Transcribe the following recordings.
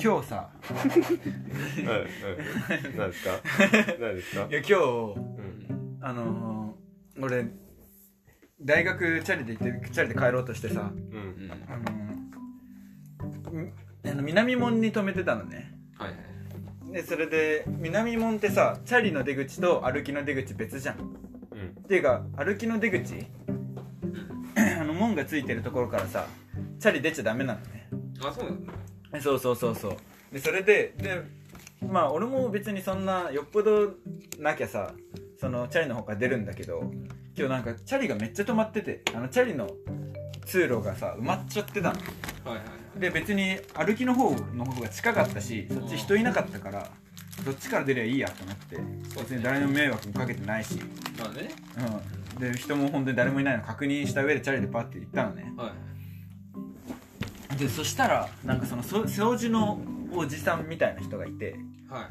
今日さ何ですか何ですか。 いや今日、俺大学チャリで帰ろうとしてさ、南門に止めてたのね。 はいはい。 でそれで南門ってさ、チャリの出口と歩きの出口別じゃん。っていうか歩きの出口門がついてるところからさ、チャリ出ちゃダメなのね。 あ、そうなんだ。 そうでそれでまあ俺も別にそんなよっぽどなきゃさ、そのチャリの方から出るんだけど、今日なんかチャリがめっちゃ止まってて、チャリの通路がさ埋まっちゃってたの。 はいはい。 で別に歩きの方が近かったし、そっち人いなかったからどっちから出りゃいいやと思って、別に誰の迷惑もかけてないし、 まあね。 で人も本当に誰もいないの確認した上でチャリでパッて行ったのね。 はい。 でそしたらなんかその掃除のおじさんみたいな人がいて、 はい。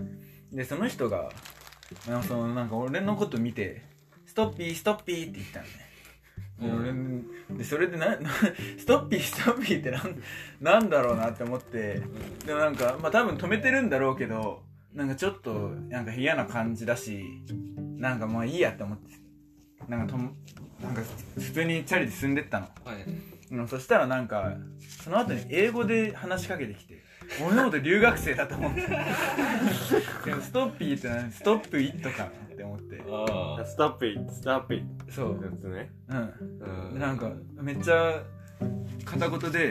でその人がなんか俺のこと見てストッピーストッピーって言ったのね。でそれでストッピーってなんだろうなって思って、でもなんかまあ多分止めてるんだろうけど、なんかちょっとなんか嫌な感じだし、なんかもういいやって思って、なんか普通にチャリで進んでったの。 はい。 そしたらなんかその後に英語で話しかけてきて、俺のこと留学生だと思ってでもストッピーって何、ストップイットかなって思って、 ストップイットストップイット、 そうやつね。 でなんかめっちゃ片言で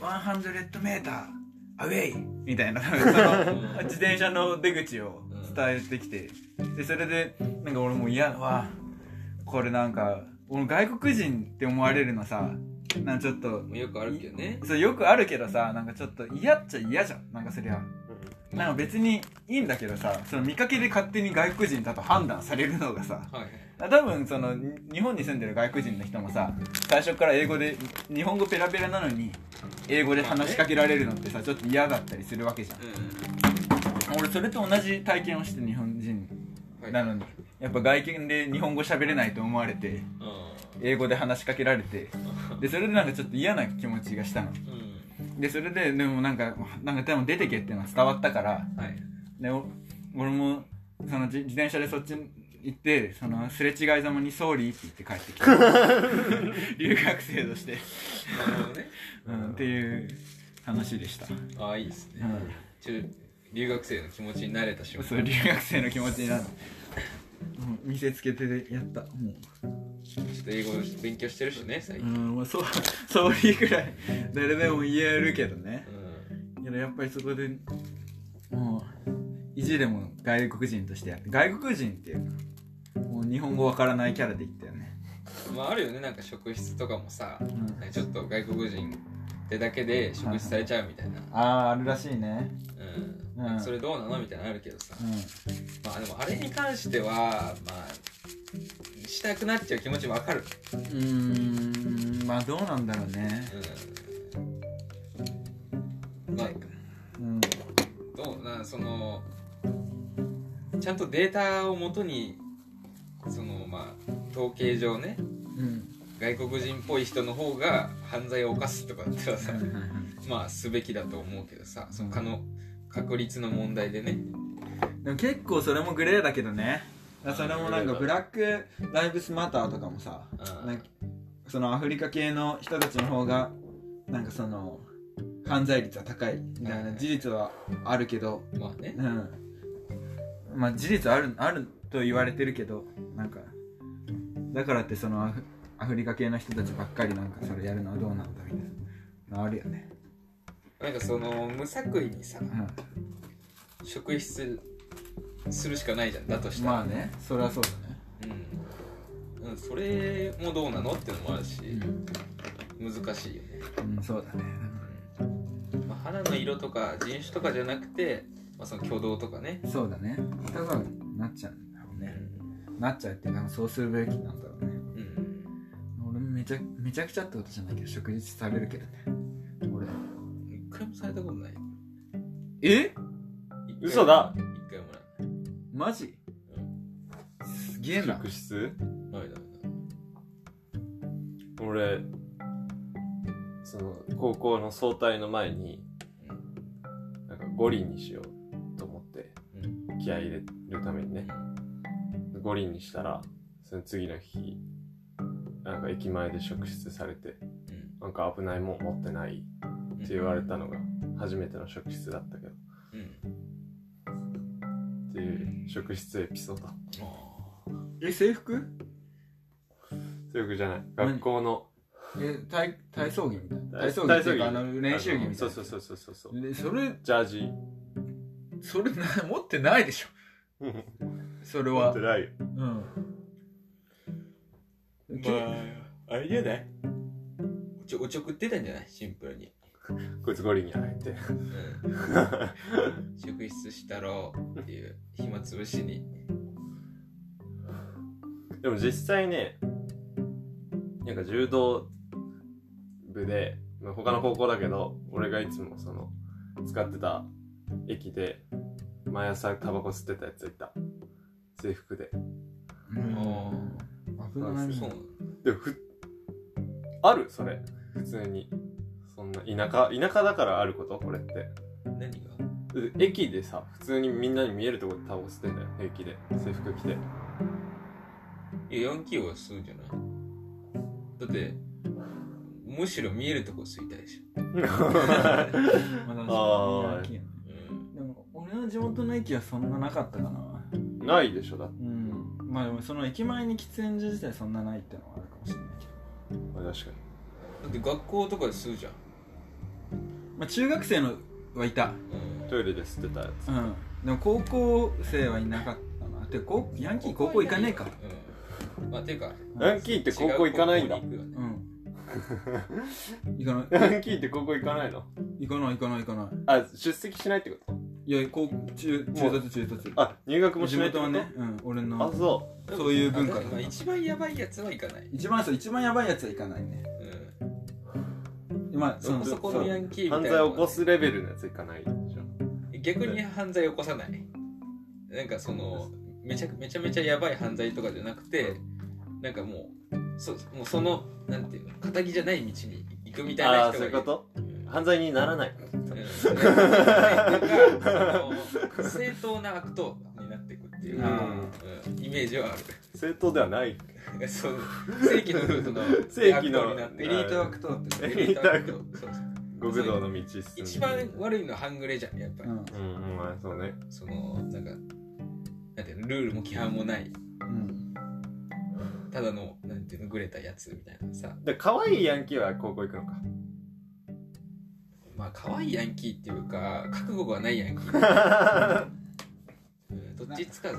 100メーターアウェイみたいなその自転車の出口を伝えてきて、でそれでなんか俺も嫌だわ、これなんか俺外国人って思われるのさ、なんかちょっとよくあるけどね。 そうよくあるけどさ、なんかちょっと嫌っちゃ嫌じゃん。なんかそりゃなんか別にいいんだけどさ、その見かけで勝手に外国人だと判断されるのがさ、多分その日本に住んでる外国人の人もさ、最初から英語で日本語ペラペラなのに英語で話しかけられるのってさ、ちょっと嫌だったりするわけじゃん。俺それと同じ体験をして日本人なのに、やっぱ外見で日本語喋れないと思われて英語で話しかけられて、でそれでなんかちょっと嫌な気持ちがしたの。でそれででもなんか多分出てけっていうのは伝わったから、で俺もその自転車でそっち行って、そのすれ違いざまにソーリーって言って帰ってきた留学生としてっていう話でした。 ああ、いいですね。留学生の気持ちになれた瞬間。 そう、留学生の気持ちになる。見せつけてやった。もうちょっと英語勉強してるしね最近。 まあソーリーくらい誰でも言えるけどね。けどやっぱりそこでもう意地でも外国人としてやって、外国人っていうかもう日本語わからないキャラで言ったよね。 まああるよね、なんか職質とかもさ、ちょっと外国人ってだけで職質されちゃうみたいな。 あるらしいね。 それどうなのみたいなのあるけどさ、まあでもあれに関してはまあしたくなっちゃう気持ちわかる。 まあどうなんだろうね。 まあどうな、そのちゃんとデータをもとにそのまあ統計上ね、外国人っぽい人の方が犯罪を犯すとかだったらさ、まあすべきだと思うけどさ、その確率の問題でね。 でも結構それもグレーだけどね。それもなんかブラックライブスマターとかもさ、なんかそのアフリカ系の人たちの方がなんかその犯罪率は高いみたいな事実はあるけど、 まあね、 まあ事実あると言われてるけど、なんかだからってそのアフリカ系の人たちばっかりなんかそれやるのはどうなんだみたいなのあるよね。 なんかその無作為にさ、職質するしかないじゃん。だとしたらまあね、それはそうだね。それもどうなのってのもあるし、難しいよね。 そうだね。 まあ、肌の色とか人種とかじゃなくて、まあ、その挙動とかね。 そうだね。多分なっちゃうんだろうね。なっちゃうっていうかそうするべきなんだろうね。俺もめちゃくちゃってことじゃないけど食事されるけどね。俺一回もされたことない。 嘘だ。 一回もない。 マジ？すげえな。 職質？ ないだ。 俺その高校の早退の前になんか五輪にしようと思って気合い入れるためにね、五輪にしたらその次の日なんか駅前で職質されて、なんか危ないもん持ってないって言われたのが初めての職質だったけど、っていう職質エピソード。 制服じゃない、学校の体操着みたいな。 体操着っていうか練習着みたいな。 そうでそれジャージそれ持ってないでしょ。それは持ってないよ。 まああれじゃない、おちょくってたんじゃない、シンプルに。 こいつ五輪に入って職質したろうっていう暇つぶしに。 でも実際ね、なんか柔道部で他の高校だけど、俺がいつもその使ってた駅で毎朝タバコ吸ってたやついた、制服で。 危ない。 そうでもあるそれ普通に、そんな田舎だからあること、これって。 何が？ 駅でさ、普通にみんなに見えるところでタバコ吸ってんだよ、平気で制服着て。 いや、ヤンキーは吸うじゃない。だってむしろ見えるとこ吸いたいでしょ。 ああ、 でも俺の地元の駅はそんななかったかな。 ないでしょだって。 まあでもその駅前に喫煙所自体そんなないってのはあるかもしれないけど。 確かに。 だって学校とかで吸うじゃん。 まあ中学生のはいた。 トイレで吸ってたやつ。 でも高校生はいなかったな。てヤンキー高校行かねえか。 まあていうかヤンキーって高校行かないんだ。 行かない。 ヤンキーって高校行かないの？ 行かない。 あ、出席しないってこと？ いや、中卒。 あ、入学もしないってこと？ 地元はね、俺の。 あ、そういう文化だ。 一番やばいやつは行かない。 一番やばいやつは行かないね。 そこのヤンキーみたいな、 犯罪を起こすレベルのやつ行かないでしょ。 逆に犯罪を起こさない。なんかそのめちゃめちゃやばい犯罪とかじゃなくて、なんかもうそのなんていうの、仇じゃない道に行くみたいな人がいる。 そういうこと？犯罪にならない。 正当な悪党になっていくっていうイメージはある。 正当ではない。 そう、正規のルートの正規のになってエリート悪党って。 エリート悪党。 そう極道の道進んで。 一番悪いのは半グレじゃん、やっぱり。 まあそうね。 そのなんかなんていうの、ルールも規範もない。ただのなんていうの、グレたやつみたいなさ。 で、可愛いヤンキーは高校行くのか。 まあ可愛いヤンキーっていうか覚悟がないヤンキー。どっちつかず。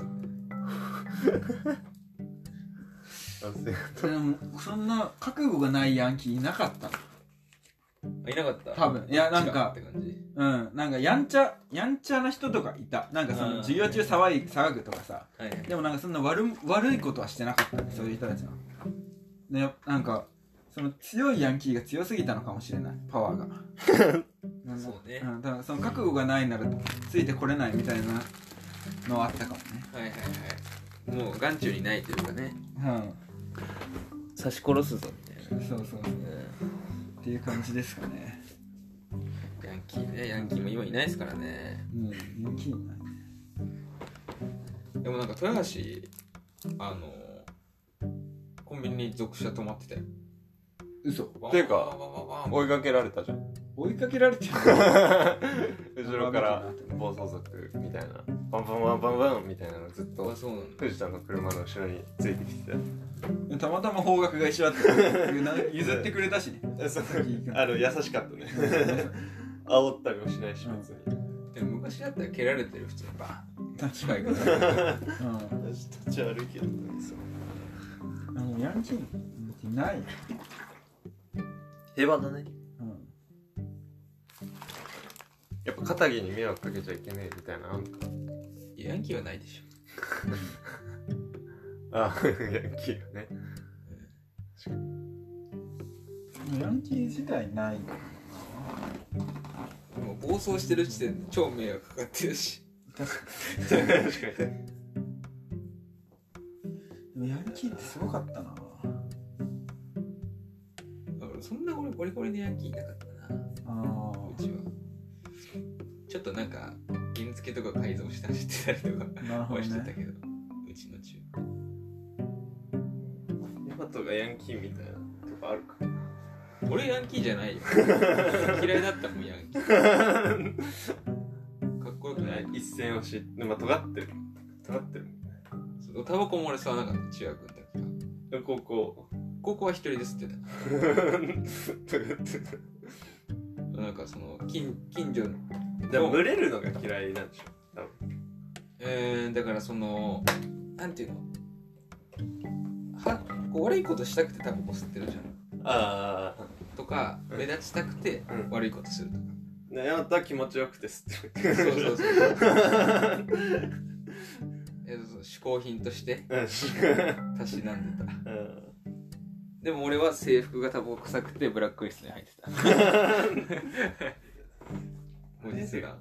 でもそんな覚悟がないヤンキーいなかったな。 いなかった。 多分。いや、なんかって感じ。 なんかやんちゃな人とかいた。なんかその授業中騒ぐとかさ。でもなんかそんな悪いことはしてなかったね、そういう人たちは。ね、なんかその強いヤンキーが強すぎたのかもしれない、パワーが。 そうね。 だからその覚悟がないならついてこれないみたいなのはあったかもね。 もう眼中にないというかね。 刺し殺すぞみたいな。 そうっていう感じですかね。 ヤンキーも今いないですからね。 ヤンキーいないね。 でもなんか豊橋コンビニに属車止まってたよ。 嘘。 っていうか追いかけられたじゃん。 追いかけられてる。 後ろから暴走族みたいなバンみたいなのずっと藤田の車の後ろについてきてた。 たまたま方角が一緒だった。譲ってくれたしね。 優しかったね。煽ったりもしないし別に。 でも昔だったら蹴られてる普通にバーン近いから。 立ち歩きだったんですよ。 ヤンキーない。 平和だね。やっぱ片桐に迷惑かけちゃいけねえみたいなのあんか。 ヤンキーはないでしょ。 ヤンキーはね。 ヤンキー自体ないのかな。もう暴走してる時点で超迷惑かかってるし。 確かに。 でもヤンキーってすごかったな。そんなゴリゴリでヤンキーいなかったな。うちはちょっととなんか原付とか改造して走ってたりとかはしてたけど、うちの中ヤマトがヤンキーみたいなとこあるか。 俺ヤンキーじゃないよ嫌いだったもんヤンキーかっこよくない。 一線を知って、まあ尖ってるそうタバコも俺吸わなかった中学の時は。高校は一人で吸ってたなんかその近所でも群れるのが嫌いなんでしょ多分。だからそのなんていうのこう悪いことしたくてタバコ吸ってるじゃん。とか目立ちたくて悪いことするとか。 ヤマトは気持ちよくて吸ってる。 そう嗜好品としてたしなんでた。でも俺は制服がタバコ臭くてブラックリストに入ってた。後日が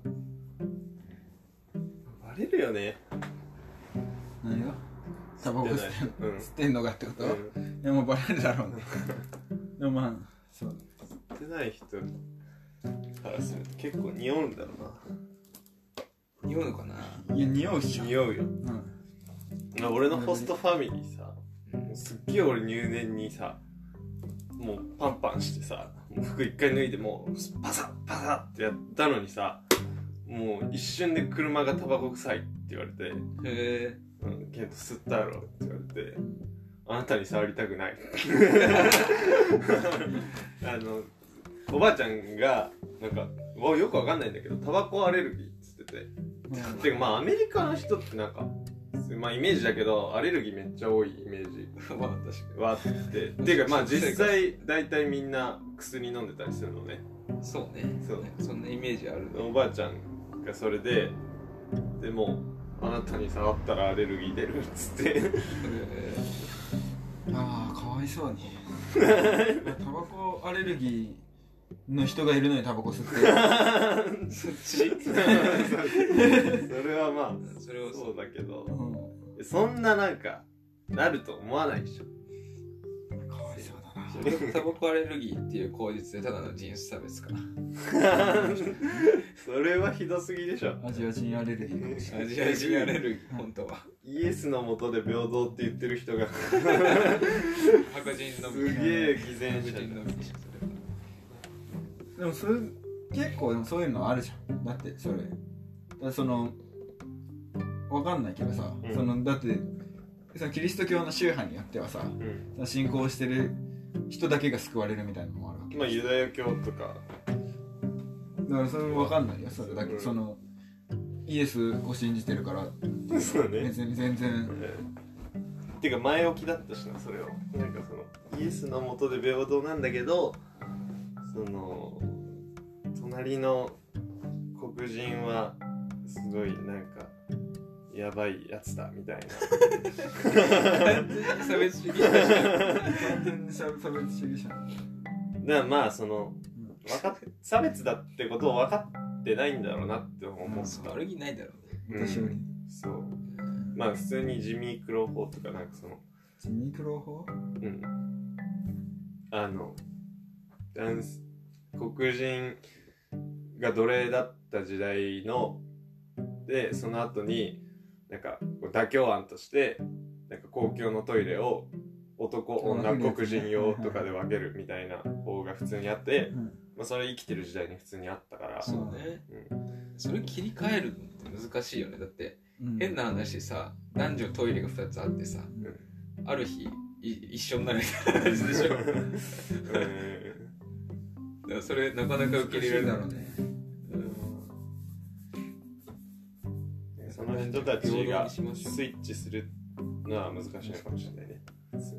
バレるよね。 何がタバコ吸ってんのかってこと、いやもうバレるだろうねでもまあそう吸ってない人からすると結構匂うんだろうな。匂うのかな。 いや匂うっしょ。 匂うよ、俺のホストファミリーさ、すっげえ俺入念にさもうパンパンしてさ服一回脱いでもうパサッパサッってやったのにさ、もう一瞬で車がタバコ臭いって言われて、ケント吸ったやろって言われて、あなたに触りたくないおばあちゃんがなんかよくわかんないんだけどタバコアレルギーっつってて、てかまあアメリカの人ってなんかまあイメージだけどアレルギーめっちゃ多いイメージまあ確かにはあってっていうかまあ実際大体みんな薬飲んでたりするのね。 そうね。そうね。そんなイメージある。 おばあちゃんがそれでもあなたに触ったらアレルギー出るっつってああかわいそうにタバコアレルギーの人がいるのにタバコ吸ってそっちそれはまあそれはそうだけど、そんななんかなると思わないでしょ。 かわいそうだな。 タバコアレルギーっていう口実でただの人種差別かなそれはひどすぎでしょ。 アジア人アレルギー。 アジア人アレルギー本当はイエスの下で平等って言ってる人が白人のすげえ偽善者のでもそれ結構でもそういうのあるじゃん。だってそれそのわかんないけどさ、そのだってそのキリスト教の宗派によってはさ、信仰してる人だけが救われるみたいなのもあるわけ。 まあユダヤ教とかだからそれわかんないよ。それだけそのイエスを信じてるからそうね、 別に全然てか前置きだったしな。それをなんかそのイエスの下で平等なんだけど、その隣の黒人はすごいなんかやばいやつだみたいな差別主義者完全に差別主義者だからまあその差別だってことを分かってないんだろうなって思った。 悪気ないだろうね。私よりそうまあ普通にジミー・クロー法とかなんかそのジミー・クロー法？ 黒人が奴隷だった時代のでその後になんか妥協案としてなんか公共のトイレを男女黒人用とかで分けるみたいな法が普通にあって、まあ、それ生きてる時代に普通にあったから。 そうね、それ切り替えるのって難しいよね。だって、変な話さ男女トイレが2つあってさ、ある日一緒になるみたいな話でしょだからそれなかなか受け入れられるだろうね。 その人たちがスイッチするのは難しいのかもしれないね。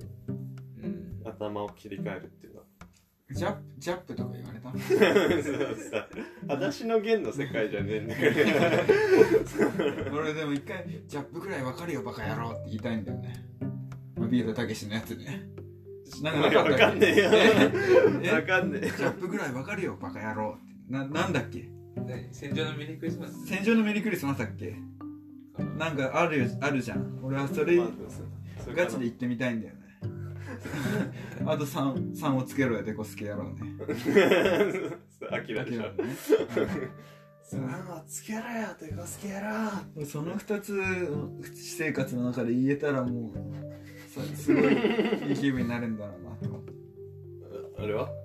頭を切り替えるっていうのはジャップとか言われた裸足の弦の世界じゃねえんだから俺でも一回ジャップくらい分かるよバカ野郎って言いたいんだよね。ビートたけしのやつね。 なんか分かんねえよ分かんねえ。 ジャップくらい分かるよバカ野郎ってなんだっけ。 戦場のメリークリスマス。 戦場のメリークリスマスだっけ。なんかあるじゃん。俺はそれガチで言ってみたいんだよねあと3をつけろよデコスケ野郎ねアキラでしょつけろよ手こつけやろ。 その2つ私生活の中で言えたらもうすごいいい気分になるんだろうなと。 あれは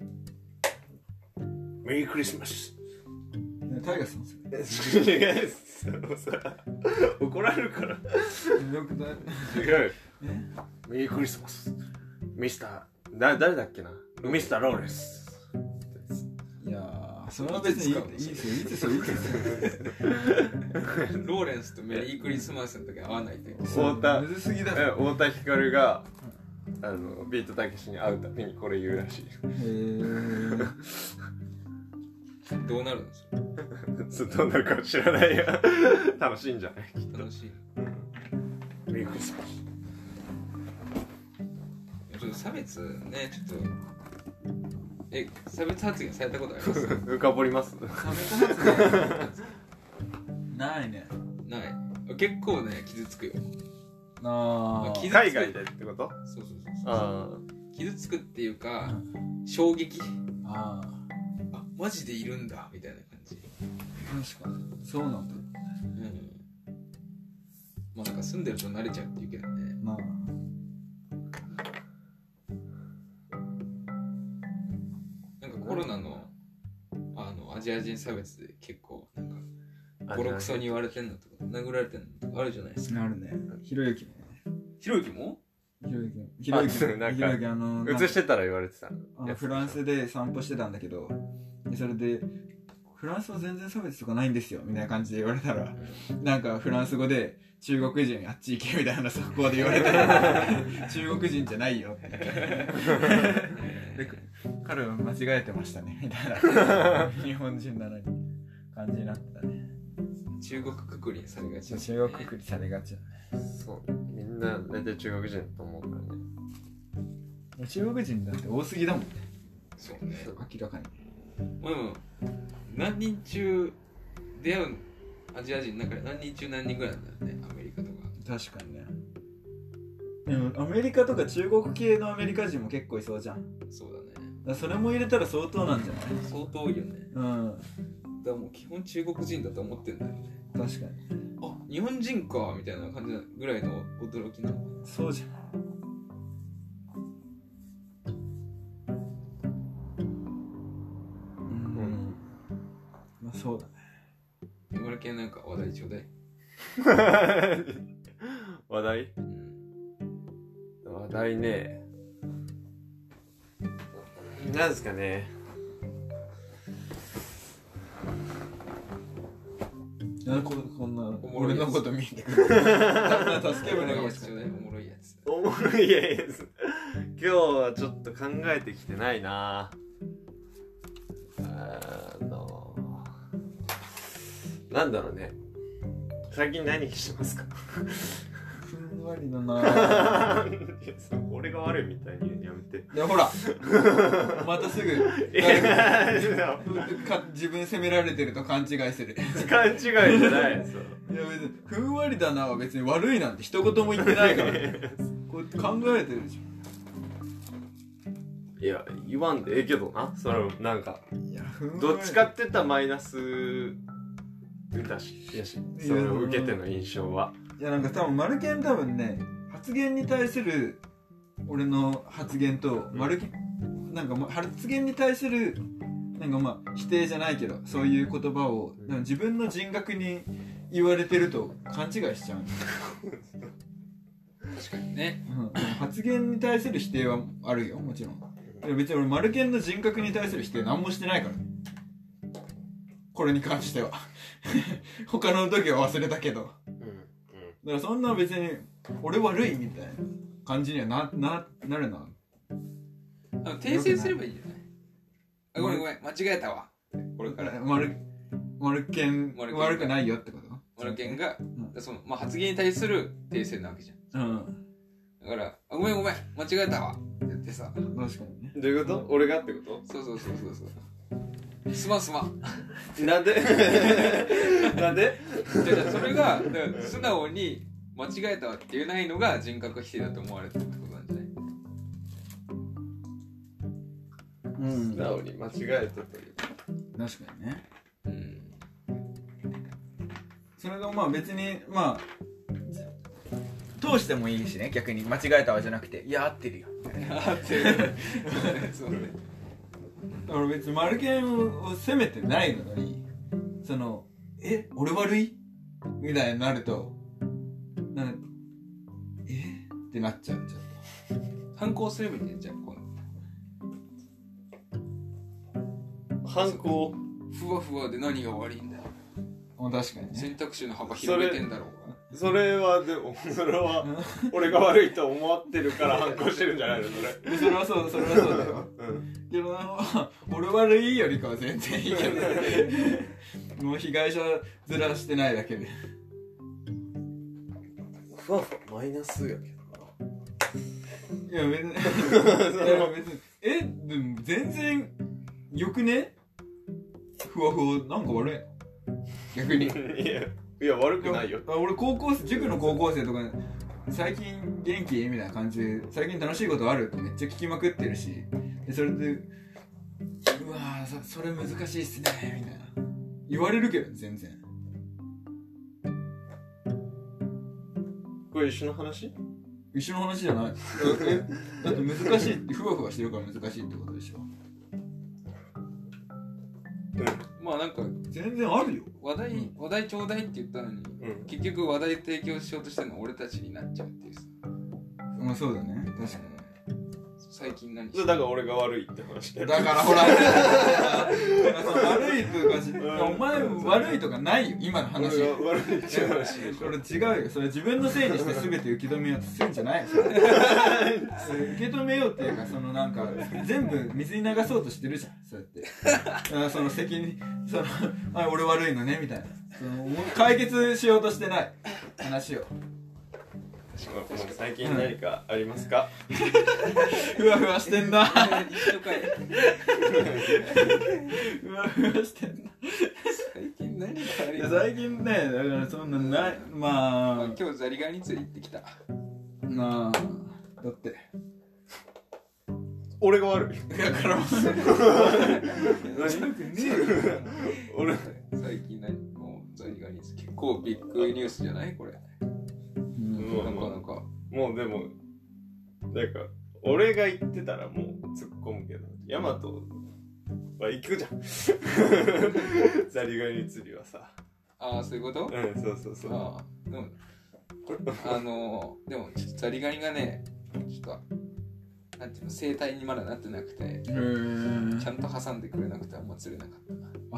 メリークリスマス。 タイガーさん違うさ怒られるから。 よくない違う。メリークリスマスミスター誰だっけな、ミスターローレンス。 いやーそれは別にいいですよいいですよいいですよ。 ローレンスとメリークリスマスの時合わないと太田むずすぎだ太田光がビートたけしに会うたびにこれ言うらしい。 へーどうなるんですか。 どうなるか知らないや。楽しいんじゃない。 楽しい。 メリークリスマス。 ちょっと差別ね、ちょっと差別発言されたことあります？ 深掘ります。 差別発言ないね。 ない。結構ね傷つくよ。 海外でってこと？ そう。 あ傷つくっていうか、衝撃。あ、マジでいるんだみたいな感じ。 確かにそうなんだ。 まあなんか住んでると慣れちゃうって言うけどね。 まあなんかコロナのアジア人差別で結構なんかボロクソに言われてんのとか殴られてんのとかあるじゃないですか。 あるね。ひろゆきもひろゆきも映してたら言われてた。 フランスで散歩してたんだけど、それでフランスは全然差別とかないんですよみたいな感じで言われたら、なんかフランス語で中国人あっち行けみたいなそこで言われたら中国人じゃないよってで彼は間違えてましたねみたいな日本人なのに感じになってたね。 中国くくりにされがち、 中国くくりされがちだね。 そうみんな大体中国人だと思うからね。 中国人だって多すぎだもんね。 そうね、 明らかに。 でも何人中出会うアジア人の中で何人中何人ぐらいなんだよね、アメリカとか。 確かにね。でもアメリカとか中国系のアメリカ人も結構いそうじゃん。 そうだね。 だそれも入れたら相当なんじゃない？ 相当多いよね。 うん。 だからもう基本中国人だと思ってんだよね。 確かに。 あ、日本人かみたいな感じぐらいの驚きなの。 そうじゃん。まあそうだね。 今だけなんか話題ちょうだい。 話題？話題ね。なんですかね。 こんな俺のこと見てくれる。助け舟が欲しくない。 おもろいやつ。 おもろいやつ。今日はちょっと考えてきてないな。なんだろうね。最近何してますか？ ふんわりだな。 俺が悪いみたいに言うのやめて。 いやほらまたすぐ自分責められてると勘違いする。 勘違いじゃない。そう。 いや別にふんわりだなは別に悪いなんて一言も言ってないからこう考えてるでしょ。いや言わんでええけどな。それなんかどっちかって言ったらマイナスだしそれを受けての印象は。 いやなんか多分マルケン多分ね発言に対する俺の発言となんか発言に対するなんかまあ否定じゃないけどそういう言葉を自分の人格に言われてると勘違いしちゃう。 確かにね、 発言に対する否定はあるよもちろん。別に俺マルケンの人格に対する否定何もしてないからこれに関しては他の時は忘れたけど、だからそんな別に俺悪いみたいな感じにはなるな。 訂正すればいいんじゃない？あ、ごめん間違えたわ。これからマルケン悪くないよってこと？ マルケンが、発言に対する訂正なわけじゃん。だからごめん間違えたわって言ってさ。 確かにね。 どういうこと？俺がってこと？ そうすまんなんでなんでそれが素直に間違えたわって言えないのが人格否定だと思われてるってことなんじゃない？ 素直に間違えたという。 確かにね。 それがまあ別にまあ通してもいいしね、逆に間違えたわじゃなくて、いや合ってるよ合ってるそうね。俺別にマルケンを責めてないのに、その俺悪いみたいになるとってなっちゃう。ちょっと反抗すればいいね。じゃあ反抗ふわふわで何が悪いんだよ。 確かにね、 選択肢の幅広げてんだろうが。 それはでもそれは俺が悪いと思ってるから反抗してるんじゃないのそれ。 それはそうだよ、けど俺悪いよりかは全然いいけどもう被害者ずらしてないだけでふわふわマイナスやけどな。 いや別にでも全然よくね、ふわふわなんか悪いの逆に。 いや悪くないよ。 俺塾の高校生とか最近元気みたいな感じで、最近楽しいことあるってめっちゃ聞きまくってるし、でそれでうわーそれ難しいっすねみたいな言われるけど全然。 これ一緒の話？ 一緒の話じゃないだって難しいってふわふわしてるから難しいってことでしょ。 まあなんか全然あるよ。 話題ちょうだいって言ったのに、結局話題提供しようとしてるのは俺たちになっちゃうっていうさ。 まあそうだね、確かに。 最近何してだから俺が悪いって話だからほら悪いとかお前悪いとかないよ今の話。 俺が悪いって話でしょ。 これ違うよ、それ自分のせいにして全て受け止めようとするんじゃないよ。受け止めようっていうか、そのなんか全部水に流そうとしてるじゃん、そうやってその責任、その俺悪いのねみたいな、その解決しようとしてない話を。 最近何かありますか？ ふわふわしてんな。 一緒かい。 ふわふわしてんな。 最近何かあります？ 最近ね、だからそんなないまあ今日ザリガニ釣り行ってきた。 なあだって俺が悪い。 だから俺最近何もうザリガニ結構ビッグニュースじゃないこれ。なかなかもうでもなんか俺が言ってたらもう突っ込むけど、ヤマトは行くじゃんザリガニ釣りはさ。 ああそういうこと？ そう。 あでもでもちょっとザリガニがねちょっとなんていうの生態にまだなってなくて、ちゃんと挟んでくれなくてあんま釣れなかった。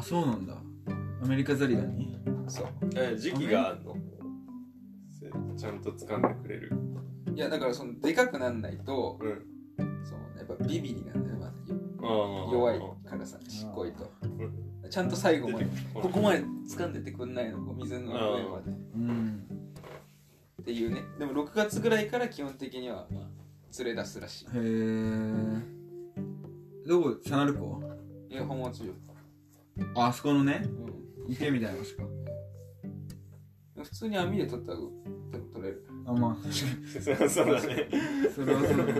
あ、そうなんだ。アメリカザリガニ？ そう。 時期があるの？ちゃんと掴んでくれる。 いやだからそのでかくなんないと、そのやっぱビビリなんだよ、まだ弱いからさ、しっこいと、ちゃんと最後までここまで掴んでてくんないの、こう水の上まで、っていうね。でも6月ぐらいから基本的にはまあ釣れ出すらしい。 へえ。どこ？サナル湖？ いや本町よ。 あそこのね、池みたいなのしか。 普通に網で取ったら取れる。 あ、まあそうだね。 それはそう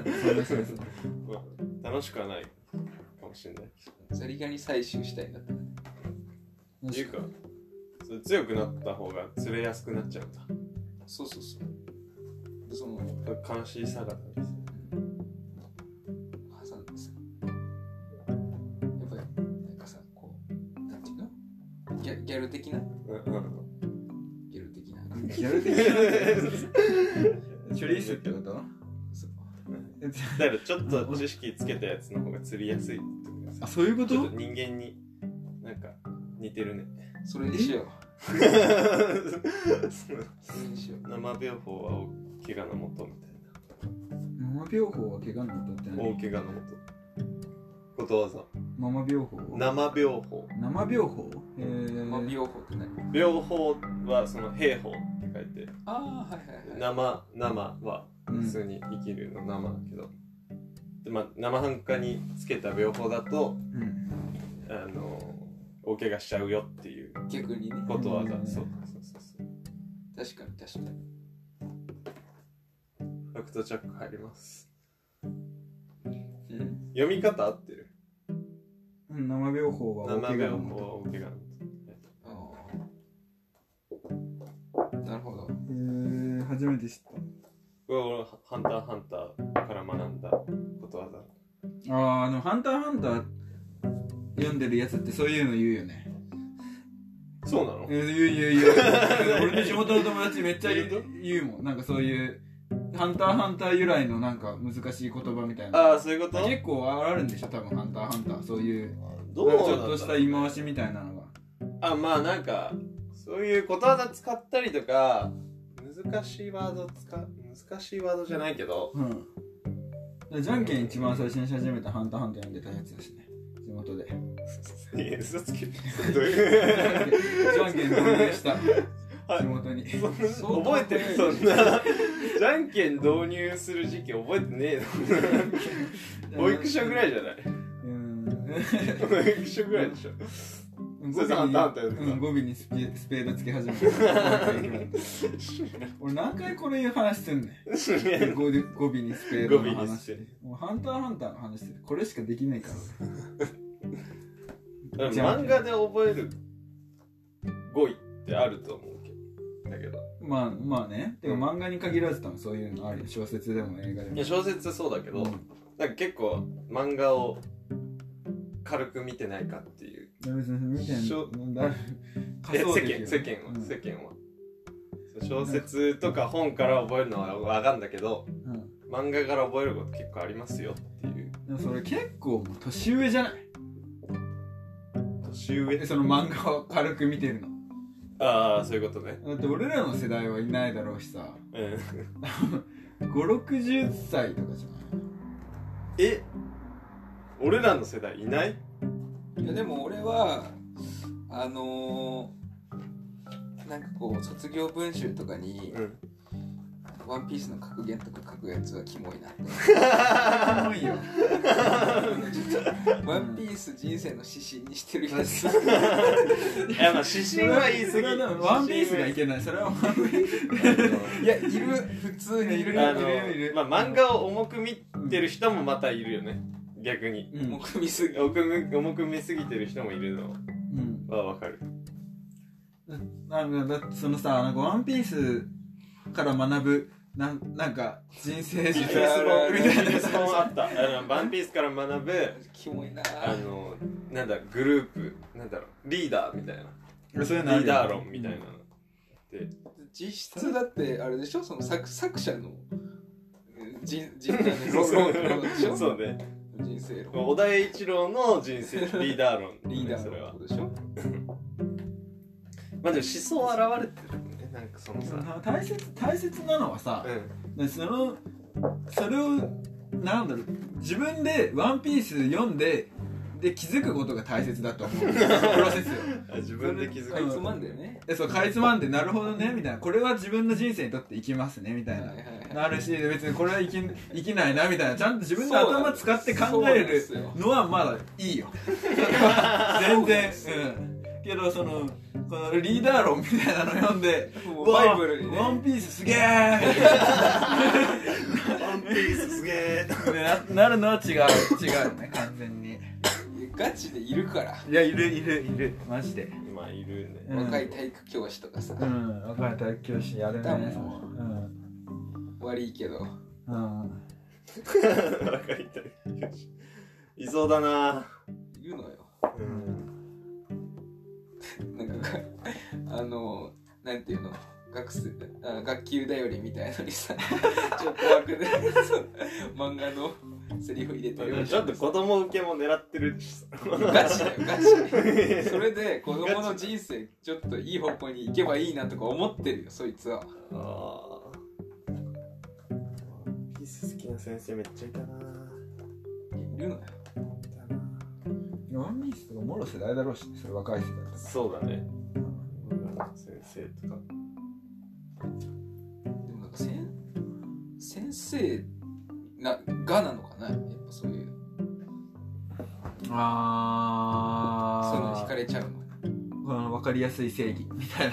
楽しくはないかもしれない。 ザリガニ採集したいんだったら。 っていうか強くなった方が釣れやすくなっちゃうんだ。 そう。でその悲しいさがなんです。 挟んでさ、やっぱりなんかさ、こうなんていうの？ギャル的な？ ギャル的なチョリースってこと？ そうだからちょっと知識つけたやつの方が釣りやすいってことです。 あ、そういうこと？ ちょっと人間になんか似てるね。 それにしよう。 それにしよう。生病法は怪我のもとみたいな。生病法は怪我のもとって何？ 大怪我のもと。ことわざ。 生病法？ 生病法。 生病法？ 生病法って何？ 病法はその兵法って書いて。 ああ、はい。 生は普通に生きるの生だけど、で生半可につけた病法だと、大怪我しちゃうよっていう逆にねことわざ。そう確かにファクトチェック入ります。読み方合ってる？ 生病法は大怪我のもと。 るほど。 初めて知った。 俺ハンターハンターから学んだことわざ。 ハンターハンター読んでるやつってそういうの言うよね。 そうなの？ 言う俺の地元の友達めっちゃ言うもん。なんかそういうハンターハンター由来のなんか難しい言葉みたいな。 そういうこと？ 結構あるんでしょ多分ハンターハンター。そういうどうちょっとした言い回しみたいなのが。 まあなんかそういうことわざ使ったりとか難しいワードじゃないけど、 じゃんけん一番最初にし始めたハンターハンター読んでたやつだしね、地元で。 いや嘘つけ。 じゃんけん導入した地元に。 覚えてる？そんなじゃんけん導入する時期覚えてねえの？保育所ぐらいじゃない？保育所ぐらいでしょ。語尾にスペードつけ始めた。俺何回これいう話すんねん。語尾にスペードの話。もうハンターハンターの話これしかできないから。漫画で覚える語彙ってあると思うけど。だけど。 まあね。でも漫画に限らず多分そういうのあるよ。小説でも映画でも。 いや小説そうだけど、なんか結構漫画を軽く見てないかっていう。 別に見てん世間は小説とか本から覚えるのは分かんだけど、漫画から覚えること結構ありますよっていう。 でもそれ結構もう年上じゃない？ 年上？ その漫画を軽く見てるの。 そういうことね。 だって俺らの世代はいないだろうしさ。5、60歳とかじゃない？ 俺らの世代いない？ いやでも俺はなんかこう卒業文集とかに、ワンピースの格言とか書くやつはキモいなって。キモいよ。 ワンピース人生の指針にしてるやつ。 いやまあ指針は言い過ぎ。 ワンピースがいけない。それは。 いやいる、普通にいる。 まあ漫画を重く見てる人もまたいるよね。逆に重く見すぎてる人もいるのはわかる。 なんかそのさ、なんかワンピースから学ぶなんか人生術みたいなあった。ワンピースから学ぶキモいな。 なんだグループなんだろうリーダーみたいな。 そういうのリーダー論みたいなので実質だってあれでしょ、その作者の人生の論でしょ。 そうね。 人生論。 小田栄一郎の人生リーダー論、 リーダー論でしょ。 まあでも思想現れてるね。なんかそのさ大切なのはさ、それをなんだろう、自分でワンピース読んで気づくことが大切だと思う。プロセスよ。 自分で気づく。 かいつまんでね。 そうかいつまんで、なるほどねみたいな、これは自分の人生にとって生きますねみたいな、なるし、別にこれは生きないなみたいな、ちゃんと自分の頭使って考えるのはまだいいよ。全然。けどこのリーダー論みたいなの読んで、 バイブルにね、 ワンピースすげーワンピースすげーなるのは違うよね、完全に。 ガチでいるから。 いや、いるマジで。 まあいるね。 若い体育教師とかさ。 若い体育教師やるね。 悪いけど。 若い体育教師いそうだな。 いるのよ。なんかなんていうの、学級だよりみたいのにさ、ちょっと枠で漫画のセリフ入れてる。 ちょっと子供受けも狙ってるしさ。 ガチだよ、ガチ。それで子供の人生ちょっといい方向に行けばいいなとか思ってるよ、そいつは。 ピース好きな先生めっちゃいたな。 いるのよ。 ワンピースとかもろ世代だろうしね、それ若い世代とか。 そうだね。先生とか。 でもなんか先生がなのかな、やっぱそういう。そういうのに惹かれちゃうの。 分かりやすい正義みたいな。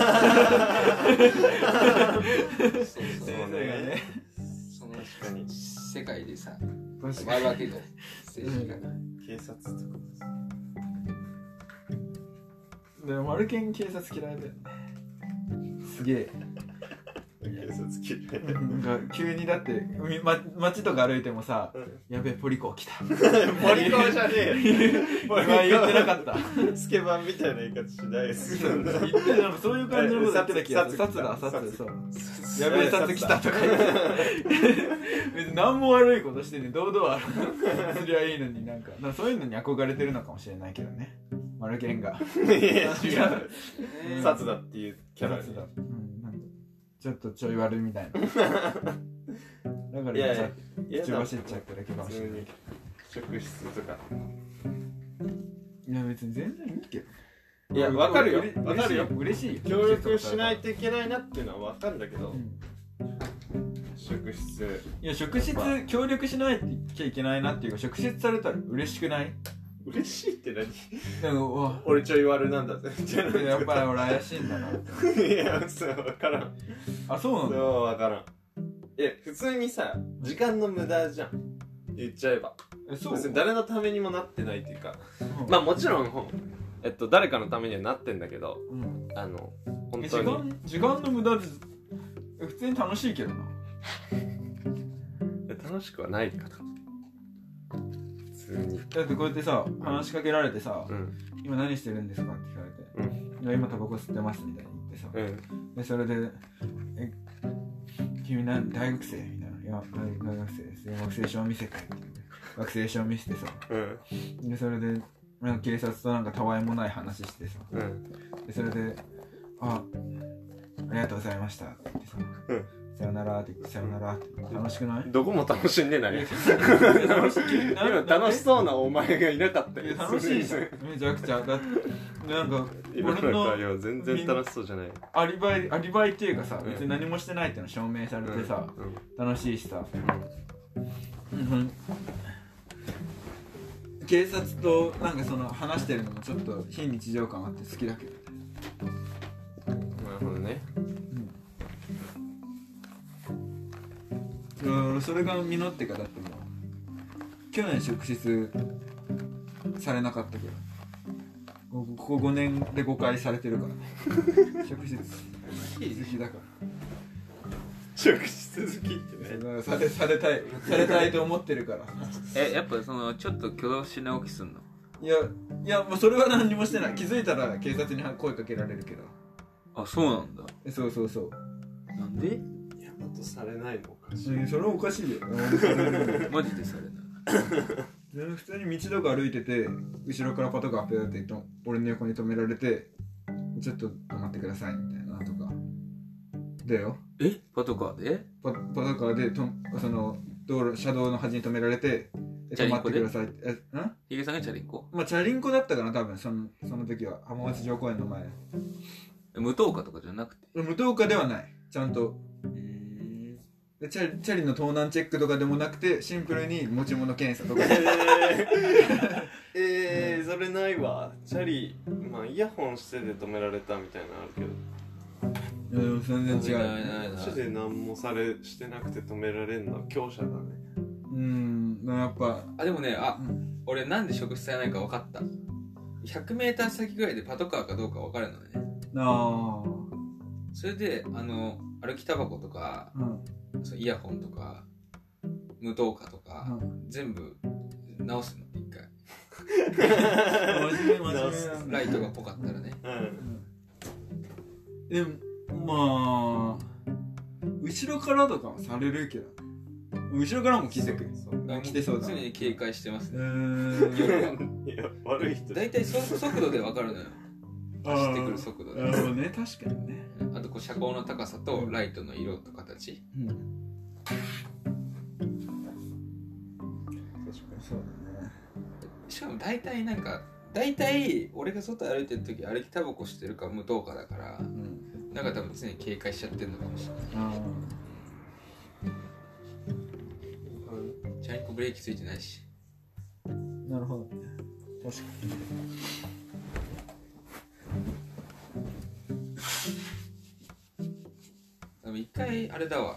そうね。その世界でさ、回るわけじゃん、政治が。 警察とか。 でもマルケン警察嫌いだよね。 すげえ警察来るなんか急にだって街とか歩いてもさ、やべえポリコ来たポリコじゃねえよ言ってなかったスケバンみたいな言い方しないです言ってなんかそういう感じのこと言ってた気がする。殺そうやべえ殺来たとか言って別に何も悪いことしてね堂々すりゃいいのになんかそういうのに憧れてるのかもしれないけどねマルケンがいや違う殺だっていうキャラ殺だ、ちょっとちょい悪いみたいなだから口走っちゃっただけかもしれない職質とかいや別に全然いいけどいや分かるよ分かるよ嬉しいよ協力しないといけないなっていうのは分かるんだけど、職質いや職質協力しないといけないなっていうか職質されたら嬉しくない嬉しいって何なんか俺ちょい悪なんだぜやっぱり俺怪しいんだなっていやそう分からんあそうなんだそう分からん普通にさ時間の無駄じゃん言っちゃえばそう別に誰のためにもなってないっていうか、まあもちろん誰かのためにはなってんだけど、本当に時間の無駄で普通に楽しいけどな楽しくはないから普通にだってこうやってさ話しかけられてさ、今何してるんですかって聞かれて、いや今タバコ吸ってますみたいに言ってさ、でそれで君大学生みたいな、いや大学生ですよ、学生証見せて学生証見せてさ、でそれで警察となんかたわいもない話してさ、でそれでありがとうございましたって言ってさ、さよならって言ってさよならって楽しくない？ どこも楽しんでないよ今楽しそうなお前がいなかったよ楽しいじゃんめちゃくちゃだなんか俺の全然楽しそうじゃないアリバイっていうかさ別に何もしてないっていうの証明されてさ、楽しいしさ、警察となんかその話してるのもちょっと非日常感あって好きだけどなるほどね、 それが実ってからだってもう去年職質されなかったけどここ5年で5回されてるからね職質好きだから職質好きってねされたいと思ってるからやっぱそのちょっと挙動し直きすんの？ いやもうそれは何にもしてない。気づいたら警察に声かけられるけど。 あ、そうなんだ。 そうなんで？ やっとされないのおかしい。 それはおかしいよマジでされない。 普通に道とか歩いてて後ろからパトカーペダって俺の横に止められてちょっと止まってくださいみたいなとかだよ。 パトカーで？ パトカーでその車道の端に止められて止まってください。 ヒゲさんがチャリンコ？ まあチャリンコだったかな多分その時は浜松城公園の前。 無灯火とかじゃなくて？ 無灯火ではない。ちゃんとチャリの盗難チェックとかでもなくてシンプルに持ち物検査とかそれないわ。チャリまあイヤホンしてで止められたみたいなのあるけど全然違う。 マジで何もしてなくて止められるのは強者だね。 やっぱでもね俺なんで職質されないか分かった。 100m 先ぐらいでパトカーかどうか分かるのね。それで歩きタバコとか、イヤホンとか無灯火とか、全部直すの一回真面目ライトが濃かったらね、 でもまあ後ろからとかもされるけど後ろからも来てそうだ。 常に警戒してますね。 いや悪い人大体速度で分かるのよ。走ってくる速度で。 なるほどね、確かにね。 あと車高の高さとライトの色と形。 確かにそうだね。 しかも大体俺が外歩いてる時歩きタバコしてるか無灯火だから、なんか多分常に警戒しちゃってるのかもしれない。チャリンコブレーキついてないし。 なるほどね、確かに。 でも一回あれだわ、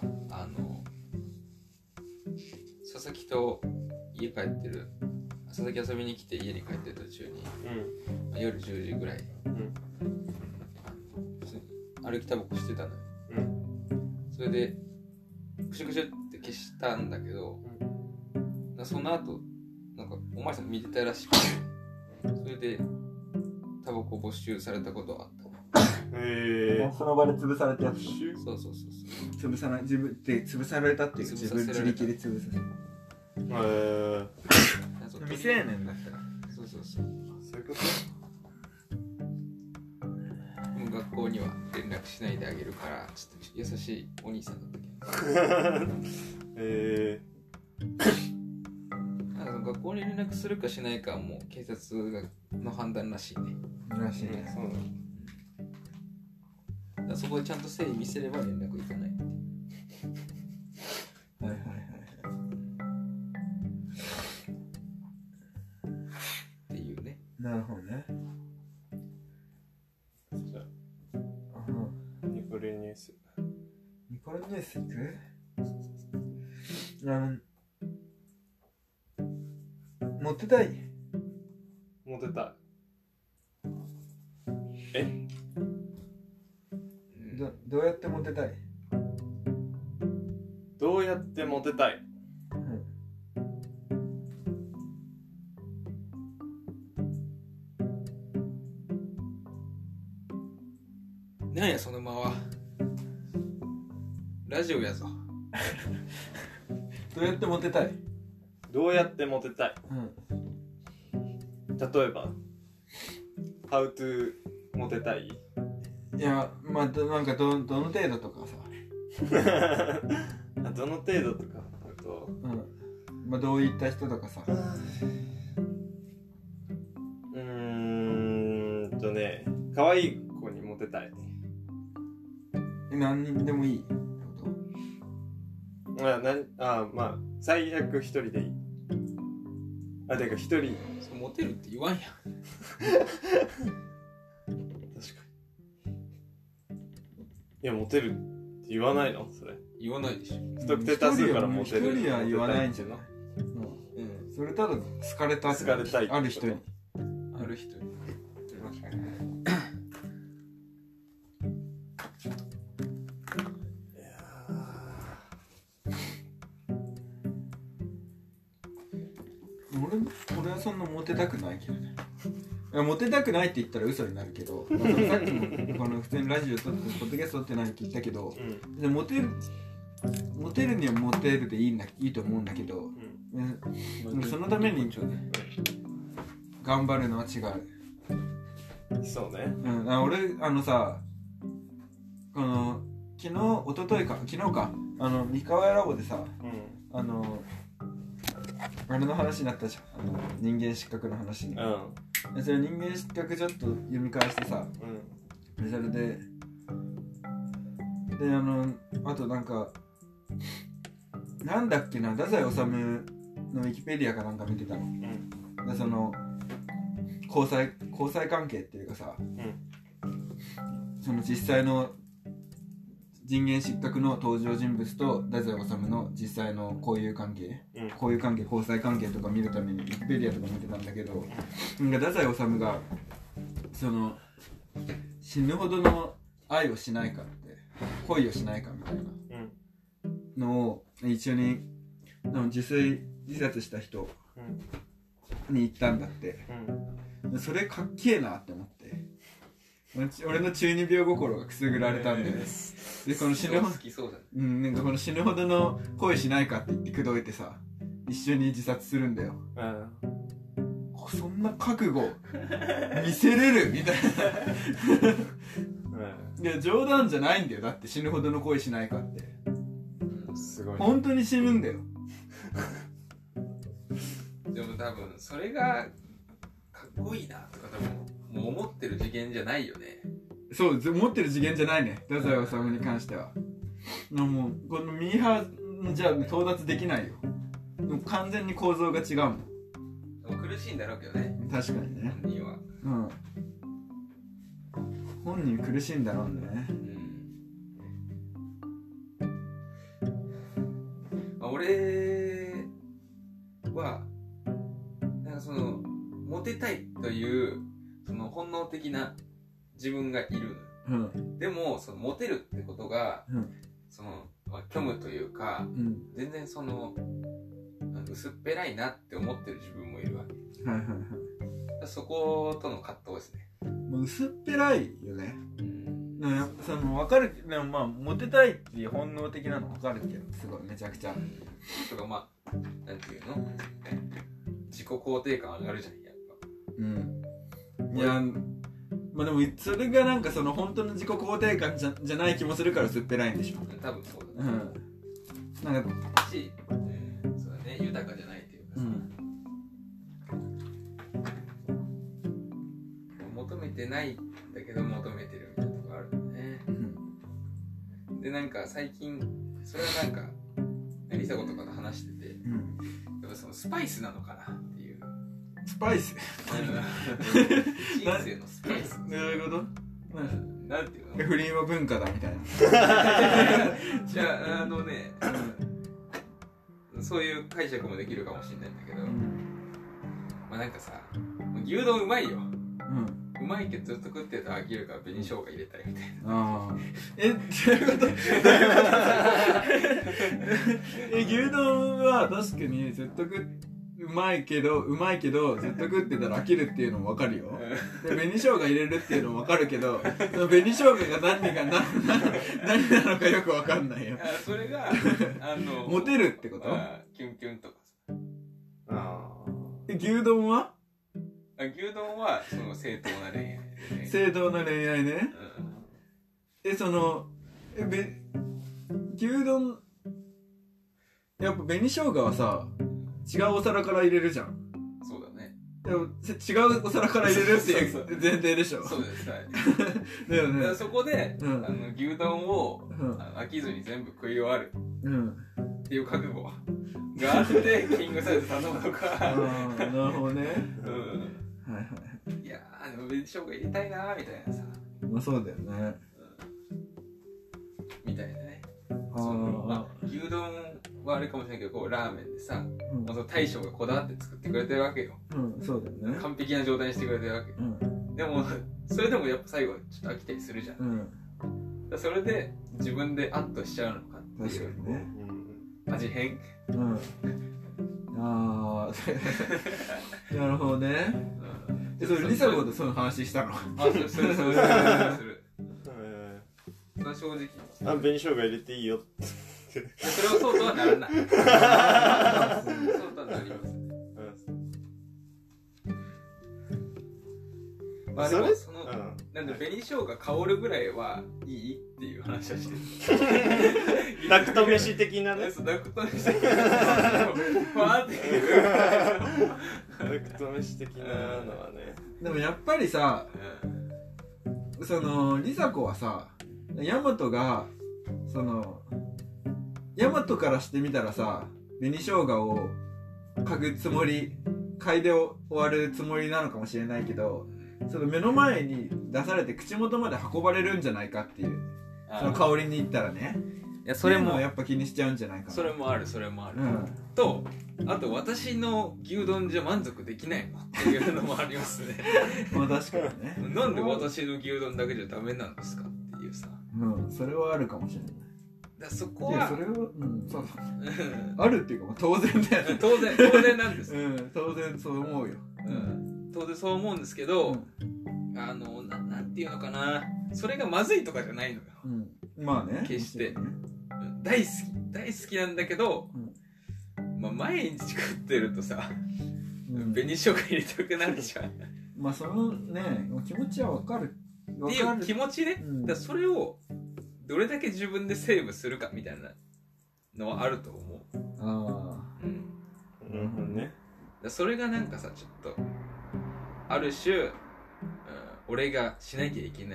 佐々木と家帰ってる、佐々木遊びに来て家に帰ってる途中に、夜10時ぐらい、 歩きタバコしてたのよ、それでクシュクシュって消したんだけど、その後なんかお前さん見てたらしくて、それでタバコ没収されたことはあった。 その場で潰されたやつ。 そう潰さない、自分で潰されたっていう、自分自力で潰させる。未成年だったら。 そうそういうこと。 学校には連絡しないであげるからちょっと優しいお兄さんだったけどなんか学校に連絡するかしないかはもう警察の判断らしいね。 らしいね。 そうだ。だそこでちゃんと誠意見せれば連絡いかない。 はいはいはい。 っていうね。 なるほどね。 じゃあニコルニュース。 ニコルニュースいく？モテたい。 モテたい。 どうやってモテたい？ どうやってモテたい？ なんやその間は。ラジオやぞ。 どうやってモテたい？ どうやってモテたい？例えば How to モテたい？ いや、まあなんかどの程度とかさどの程度とかあと、 まあどういった人とかさ。 ね、可愛い子にモテたい。 何人でもいい。 まあ最悪一人でいい。てか一人そうモテるって言わんやん。 確かに。いやモテるって言わないのそれ。 言わないでしょ。 不特定多数からモテる。 一人は言わないんじゃない？それただ好かれたい。ある人に。 ある人に。 確かに。 俺はそんなモテたくないけどね。いやモテたくないって言ったら嘘になるけど、さっきもこの普通にラジオ撮ってポッドキャスト撮ってないって言ったけど、でモテるにはモテるでいいと思うんだけど、そのために頑張るのは違う。 そうね。 俺さ、この昨日か三河屋ラボでさ、あれの話になったじゃん、人間失格の話に。それ人間失格ちょっと読み返してさ、それであとなんかなんだっけな、太宰治のウィキペディアかなんか見てたの。でその交際関係っていうかさ、その実際の人間失格の登場人物と太宰治の実際の交際関係交際関係とか見るためにウィキペディアとか見てたんだけど、太宰治がその死ぬほどの愛をしないかって恋をしないかみたいなのを一緒に自炊自殺した人に言ったんだって、それかっけえなって思って、俺の中二病心がくすぐられたんで、でこの死ぬほどなんかこの死ぬほどの恋しないかって言って口説いてさ、一緒に自殺するんだよ。そんな覚悟見せれるみたいな。いや冗談じゃないんだよ。だって死ぬほどの恋しないかってすごい、 本当に死ぬんだよ。 でも多分それがかっこいいなとか多分もう思ってる次元じゃないよね。 そう思ってる次元じゃないね、太宰治に関しては。もうこのミーハーじゃ到達できないよ。もう完全に構造が違うもん。 苦しいんだろうけどね、 確かにね。 本人は本人苦しいんだろうね。 俺はなんかそのモテたいというその本能的な自分がいる、 うん、 でもそのモテるってことが、うん、その、まあ、虚無というか、うん、全然その薄っぺらいなって思ってる自分もいるわけ。はいはいはい。そことの葛藤ですね。 薄っぺらいよね。うん。その分かる、でもまあモテたいっていう本能的なの分かるけど、すごいめちゃくちゃ。 とかまあなんていうの、自己肯定感上がるじゃんやっぱ。 うん。いやまあでもそれがなんかその本当の自己肯定感じゃない気もするから薄っぺらいんでしょ。 多分そうだね。うん。なんかそうだね、豊かじゃないっていうかさ。求めてないんだけど求めてるみたいなとこあるんだね。でなんか最近それはなんかりさ子とかと話してて、やっぱそのスパイスなのかなっていう。 スパイス人生のスパイス。 どういうこと？ なんていうの？ 不倫は文化だみたいな。 じゃあね、そういう解釈もできるかもしれないんだけど、まあなんかさ、牛丼うまいよ。うまいけどずっと食ってると飽きるから紅生姜入れたりみたいな。ああ。どういうこと？牛丼は確かにずっとうまいけどずっと食ってたら飽きるっていうのも分かるよ。で紅生姜入れるっていうのも分かるけど、その紅生姜が何なのかよく分かんないよ。それがモテるってこと？ キュンキュンとかさ。牛丼は？ 牛丼はその正当な恋愛、ね、 正当な恋愛ね、牛丼やっぱ紅生姜はさ違うお皿から入れるじゃん。 そうだね。 でも違うお皿から入れるっていう前提でしょ。 そうです、はい。だよね。そこで、牛丼を、飽きずに全部食い終わるっていう覚悟があってキングサイズ頼むとか。 なるほどね。 はいはい、いやーでも紅生姜入れたいなーみたいなさ。 まあそうだよね、 みたいなね。まあ、牛丼はあれかもしれないけどこうラーメンでさ、大将がこだわって作ってくれてるわけよ。 そうだよね。 完璧な状態にしてくれてるわけ、でもそれでもやっぱ最後ちょっと飽きたりするじゃん、それで自分でアッとしちゃうのかっていう。確かにね、味変。ああなるほどね。それリサ子とその話したの？する。それは正直。 紅生姜入れていいよそれはそうとはならない。そうとはなります。まあでもそのなんで紅生姜香るぐらいはいいっていう話はしてる。 ダクト飯的なね。 ダクト飯的な。ファーっていう。 ダクト飯的なのはね。 でもやっぱりさ、そのリサ子はさ、ヤマトがそのヤマトからしてみたらさ、紅生姜を嗅ぐつもり、嗅いで終わるつもりなのかもしれないけど、その目の前に出されて口元まで運ばれるんじゃないかっていう、その香りに行ったらね。 いやそれもやっぱ気にしちゃうんじゃないかな。 それもある、とあと私の牛丼じゃ満足できないのっていうのもありますね。 まあ確かにね。 なんで私の牛丼だけじゃダメなんですかっていうさ。 それはあるかもしれない。 だそこはそれはそうあるっていうか、まあ、当然だよね。 当然なんです。 当然そう思うよ。 当然そう思うんですけど、なんていうのかな、それがまずいとかじゃないのよ。 まあね。 決して、大好きなんだけど、まあ毎日食ってるとさ、紅生姜入れたくなるじゃん。 まあそのね気持ちはわかる。 っていう気持ちね。だそれをどれだけ自分でセーブするかみたいなのはあると思う。 なるほどね。 それがなんかさ、ちょっとある種、俺がしなきゃいけない、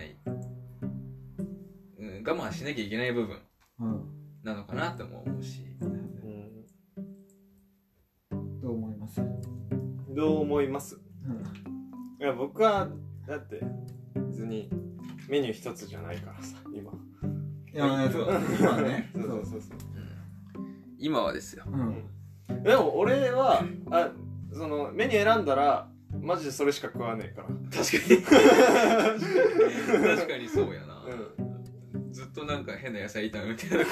我慢しなきゃいけない部分なのかなとも思うし、 どう思います？ どう思います？いや僕はだって別にメニュー一つじゃないからさ今。 いや今ね。そう今はですよ。 でも俺はそのメニュー選んだらマジでそれしか食わねえから。 確かにそうやな。 なんか変な野菜炒めみたいな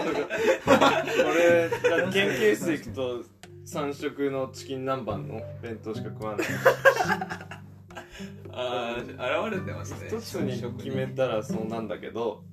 俺研究室行くと3食のチキン南蛮の弁当しか食わないああ現れてますね。 一つに決めたらそうなんだけど、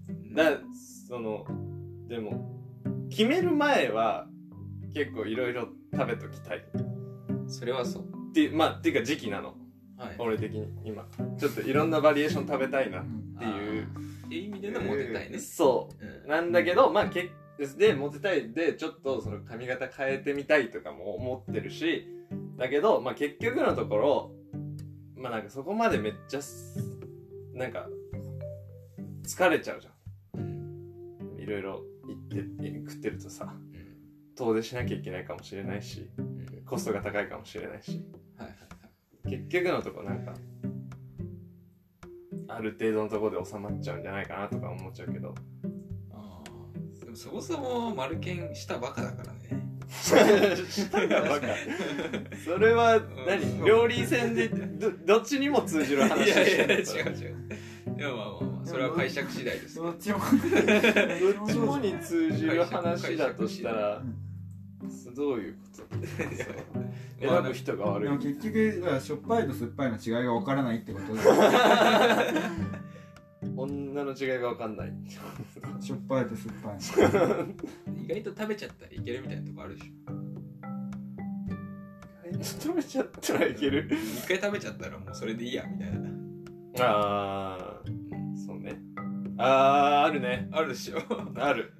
でも決める前は結構いろいろ食べときたい。 それはそうっていうか時期なの、はい、俺的に今ちょっといろんなバリエーション食べたいなっていう意味でのモテたいね。 そう、なんだけどでモテたいでちょっとその髪型変えてみたいとかも思ってるし、だけど結局のところなんかそこまでめっちゃなんか疲れちゃうじゃん。いろいろ言って食ってるとさ、遠出しなきゃいけないかもしれないし、コストが高いかもしれないし、結局のとこなんかある程度のところで収まっちゃうんじゃないかなとか思っちゃうけど、 でもそもそもマルケンしたバカだからね。 舌がバカそれは何、料理戦でどっちにも通じる話してる。 違ういやまあそれは解釈次第です。 どっちもに通じる話だとしたらどういうこと選ぶ人が悪い。 でも結局しょっぱいと酸っぱいの違いが分からないってことで女の違いが分かんないしょっぱいと酸っぱい意外と食べちゃったらいけるみたいなとこあるでしょ。 意外と食べちゃったらいける一回食べちゃったらもうそれでいいやみたいな。 そうね。あるね。 あるでしょある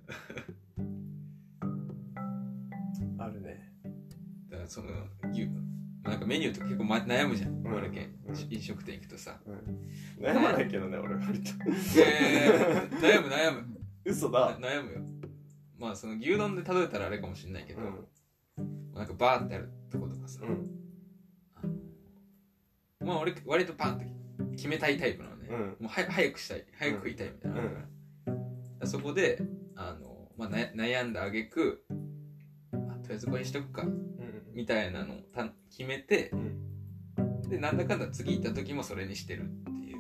あるね。 だからそのなんかメニューとか結構悩むじゃん、マルケン、飲食店行くとさ、 悩まないけどね俺割と悩む嘘だ。 悩むよ。まあその牛丼で例えたらあれかもしれないけど、なんかバーってあるとことかさ、まあ俺割とパンって決めたいタイプなのね、もう早くしたい、早く食いたいみたいなのがあるから、そこで悩んだ挙句、とりあえずこれにしとくかみたいなのを決めて、でなんだかんだ次行った時もそれにしてるっていう、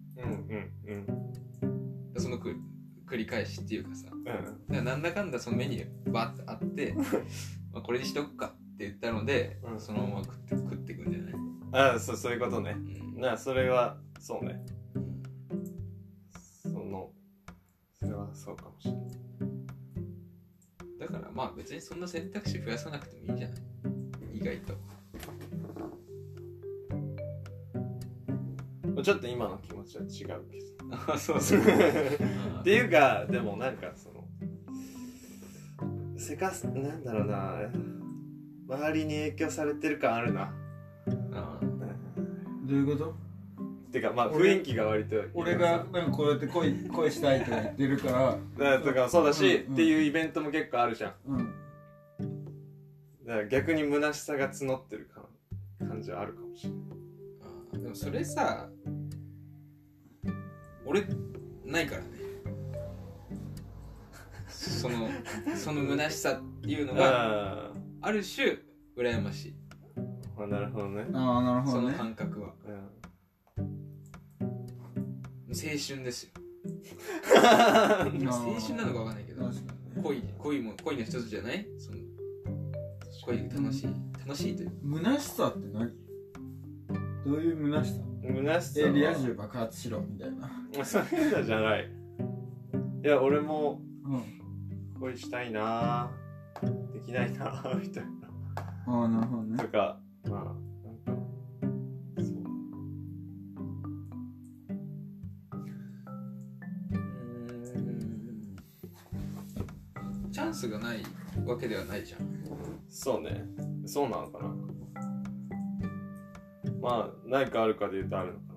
その繰り返しっていうかさ、だからなんだかんだそのメニューバーってあってこれにしとくかって言ったので、そのまま食っていくんじゃない？ そういうことね。それはそうね。それはそうかもしれない。 だからまあ別にそんな選択肢増やさなくてもいいんじゃない？意外と。 ちょっと今の気持ちは違うけど。 そうっていうかでもなんかそのなんだろうな、周りに影響されてる感あるな。 どういうこと？ てか雰囲気が割と俺がなんかこうやって恋したいとか言ってるからとかそうだし、っていうイベントも結構あるじゃん、だから逆に虚しさが募ってる感じはあるかもしれない。 でもそれさ俺ないからねその虚しさっていうのがある種羨ましい。 なるほどね。 なるほどね。 その感覚は、青春ですよ青春なのかわかんないけど、恋の一つじゃない？その恋楽しいという。 虚しさって何？どういう虚しさ？ 虚しさリア充爆発しろみたいな。 そういうのじゃない。いや俺も恋したいなできないなみたいな。 なるほどね。 とかなんかそうチャンスがないわけではないじゃん。 そうね。そうなのかな。ないかあるかで言うとあるのか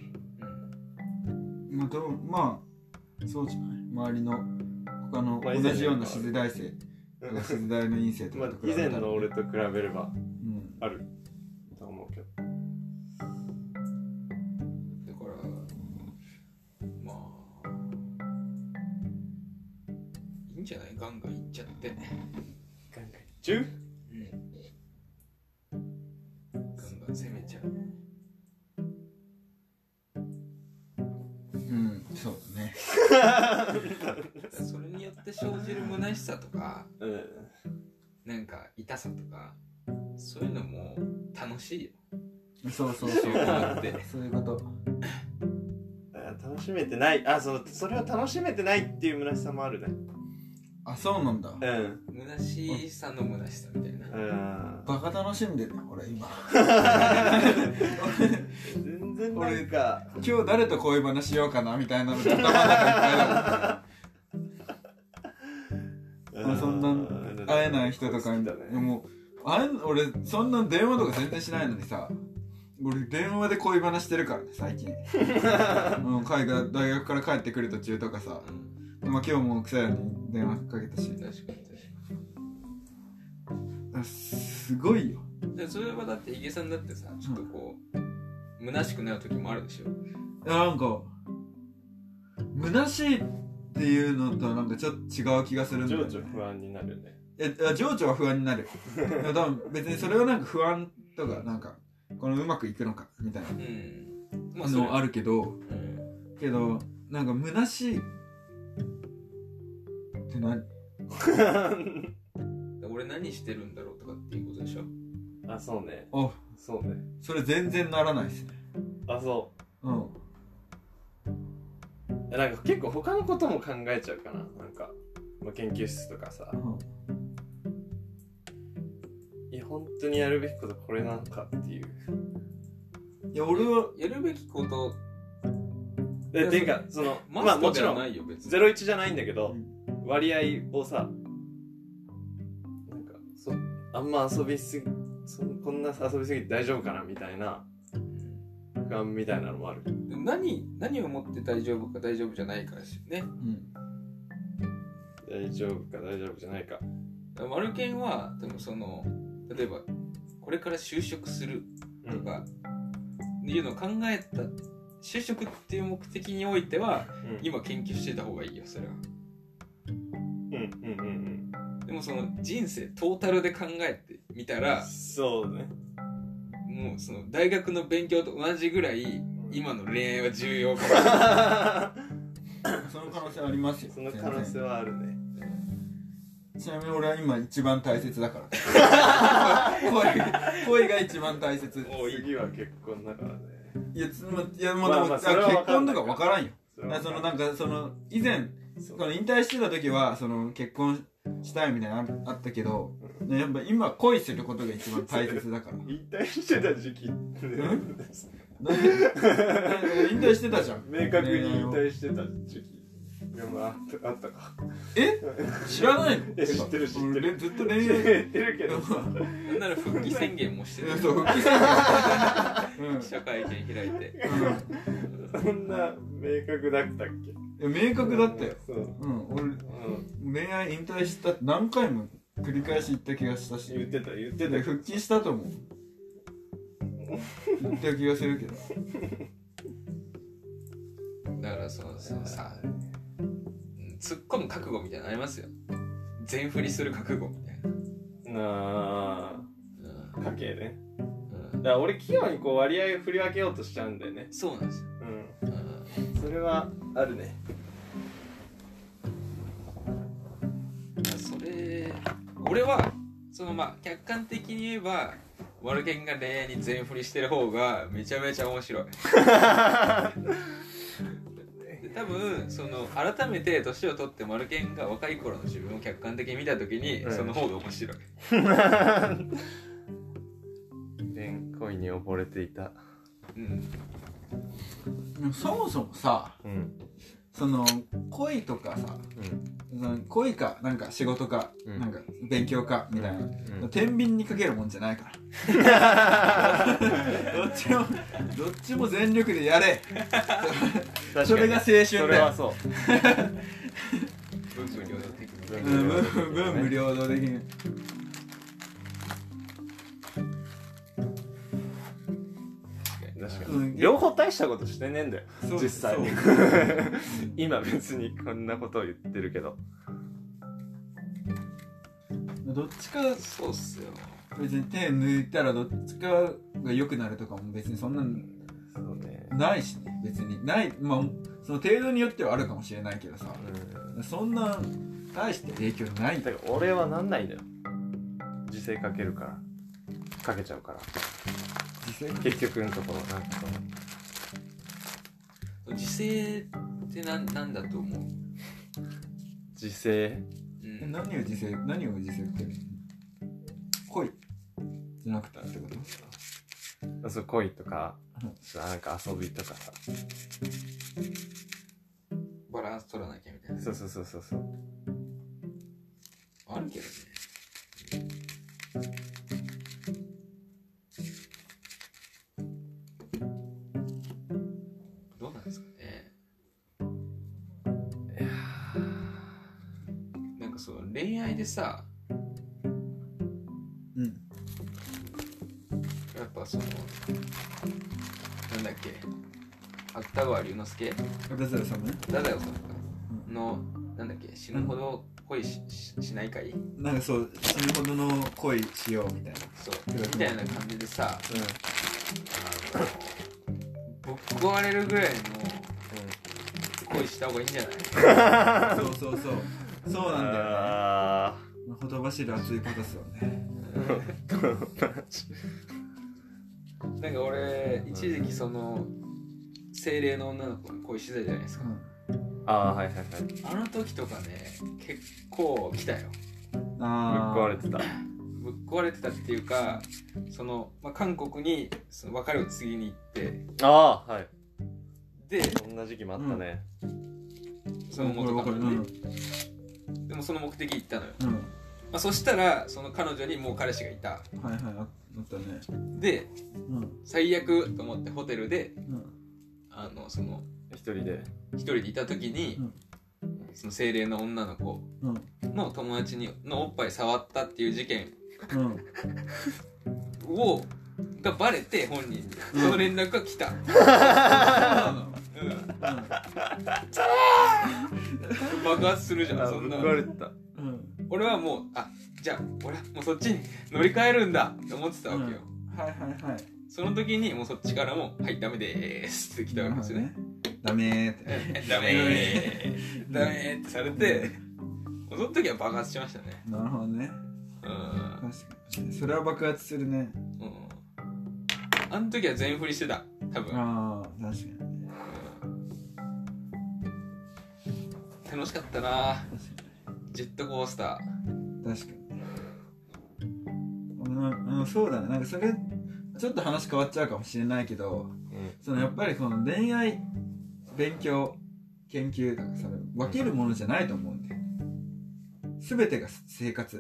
な。そうじゃない。周りの他の同じような次世代生次世代の院生とか以前の俺と比べればあると思うけど、 だからいいんじゃない？ガンガンいっちゃって。 ガンガンいっちゃう？ ガンガン攻めちゃう。 そうだね。 それによって生じる虚しさとか、 うん、 なんか痛さとかそういうのも楽しいよ。 そうそうそういうことってそういうこと。 楽しめてない。あ、それを楽しめてないっていう虚しさもあるね。 あ、そうなんだ。 うん。 虚しさの虚しさみたいな。 バカ楽しんでるよ俺今。 全然なんか今日誰と恋話しようかなみたいなの頭の中いっぱいだもん。そんな会えない人とかに、ね、もう俺そんな電話とか全然しないのにさ、俺電話で恋話してるからね最近。大学から帰ってくる途中とかさ、まあ今日も草屋に電話かけたし。 確かにすごいよ。 でそれはだってヒゲさんだってさ、ちょっとこう、虚しくなる時もあるでしょ。 いやなんか虚しいっていうのとなんかちょっと違う気がするんだよね。 情緒不安になるよね。 いや情緒は不安になる。多分別にそれはなんか不安とかなんかこのうまくいくのかみたいなのあるけど、けどなんか虚しいって何？ 俺何してるんだろうとかっていうことでしょ。 あ、そうね。 あ、 そうね。 それ全然ならないですね。 あ、そう。 うん。 なんか結構他のことも考えちゃうかな。なんか、まあ、研究室とかさ、いや本当にやるべきことこれなのかっていう。 いや俺はやるべきことていうかそのまあもちろん01じゃないんだけど、割合をさ、なんかあんま遊びすぎこんな遊びすぎて大丈夫かなみたいな不安みたいなのもある。 何をもって大丈夫か大丈夫じゃないかですよね。 大丈夫か大丈夫じゃないか。 マルケンはでもその例えばこれから就職するとか、いうのを考えた就職っていう目的においては、今研究してた方がいいよそれは。でもその人生トータルで考えてみたら、 そうね。 もうその大学の勉強と同じぐらい今の恋愛は重要かも。 その可能性ありますよ。 その可能性はあるね。 ちなみに俺は今一番大切だから。恋が一番大切。 次は結婚だからね。 いやもうでも結婚とか分からんよ。そのなんかその以前その引退してた時はその結婚したいみたいなのあったけど、やっぱ今恋することが一番大切だから。 引退してた時期引退してたじゃん。 明確に引退してた時期。いやまああったか。 知らないの？ 知ってる俺ずっと恋愛知ってるけどさ。 なんなら復帰宣言もしてる。 そう復帰宣言。 記者会見開いて。 そんな明確だったっけ？ 明確だったよ。俺恋愛引退したって何回も繰り返し言った気がしたし。 言ってた。 復帰したと思う。言った気がするけど。 だからそのさ、突っ込む覚悟みたいなのありますよ。全振りする覚悟みたいな。 家計ね。だから俺器用にこう割合を振り分けようとしちゃうんだよね。 そうなんですよ。 それはあるね。 俺はそのまあ客観的に言えばマルケンが恋愛に全振りしてる方がめちゃめちゃ面白い。多分その改めて年を取ってマルケンが若い頃の自分を客観的に見た時に、その方が面白い。 恋に溺れていた。 そもそもさ、その恋とかさ、恋かなんか仕事か、なんか勉強かみたいな、天秤にかけるもんじゃないから。どっちも全力でやれ。それが青春だよ。それはそう。文武両道的に。 両方大したことしてねえんだよ実際。今別にこんなことを言ってるけど、 どっちかそうっすよ。別に手抜いたらどっちかが良くなるとかも別にそんなのないしね、別にない。まあその程度によってはあるかもしれないけどさ、そんな大して影響ない。 だから俺はなんないんだよ、時制かけるからかけちゃうから。結局のところなんかその時制ってなんだと思う？ 時制、 何を時制って恋じゃなくてってこと？ そう、恋とか、なんか遊びとかさ、 バランス取らなきゃみたいな。 そうあるけどね。どうなんですかね。いやなんかそう恋愛でさ、やっぱそのなんだっけ、芥川龍之介、 太宰治のなんだっけ、死ぬほど恋 しないかい、 なんかそう、死ぬほどの恋しようみたいな、 そうみたいな感じでさ、ぶっ壊れるぐらいの恋した方がいいんじゃない？ そうなんだよね。ほとばしる熱いことっすよね。 なんか俺一時期その精霊の女の子に恋してたじゃないですか。 はい。 あの時とかね、結構来たよ。 ぶっ壊れてたっていうか、その、韓国にその別れを告げに行って、 はい。 で、 そんな時期もあったね。 その元カノね。でもその目的行ったのよ。そしたらその彼女にもう彼氏がいた。 あったね。 で、最悪と思ってホテルで、その一人でいた時に、その精霊の女の子の友達のおっぱい触ったっていう事件がバレて、本人にその連絡が来た。爆発するじゃん、そんな。 ぶっ壊れてた。 俺はもう、じゃあ俺はもうそっちに乗り換えるんだって思ってたわけよ。その時にもうそっちからも「はい、ダメでーす」って来たわけですよね。 ダメーってダメってされて、その時は爆発しましたね。 なるほどね。確かにそれは爆発するね。 あの時は全振りしてた、多分。 確かに。 楽しかったな、ジェットコースター。 確かに。そうだね。なんかそれちょっと話変わっちゃうかもしれないけど、そのやっぱりこの恋愛、勉強、研究とかさ、分けるものじゃないと思うんだよ。全てが生活。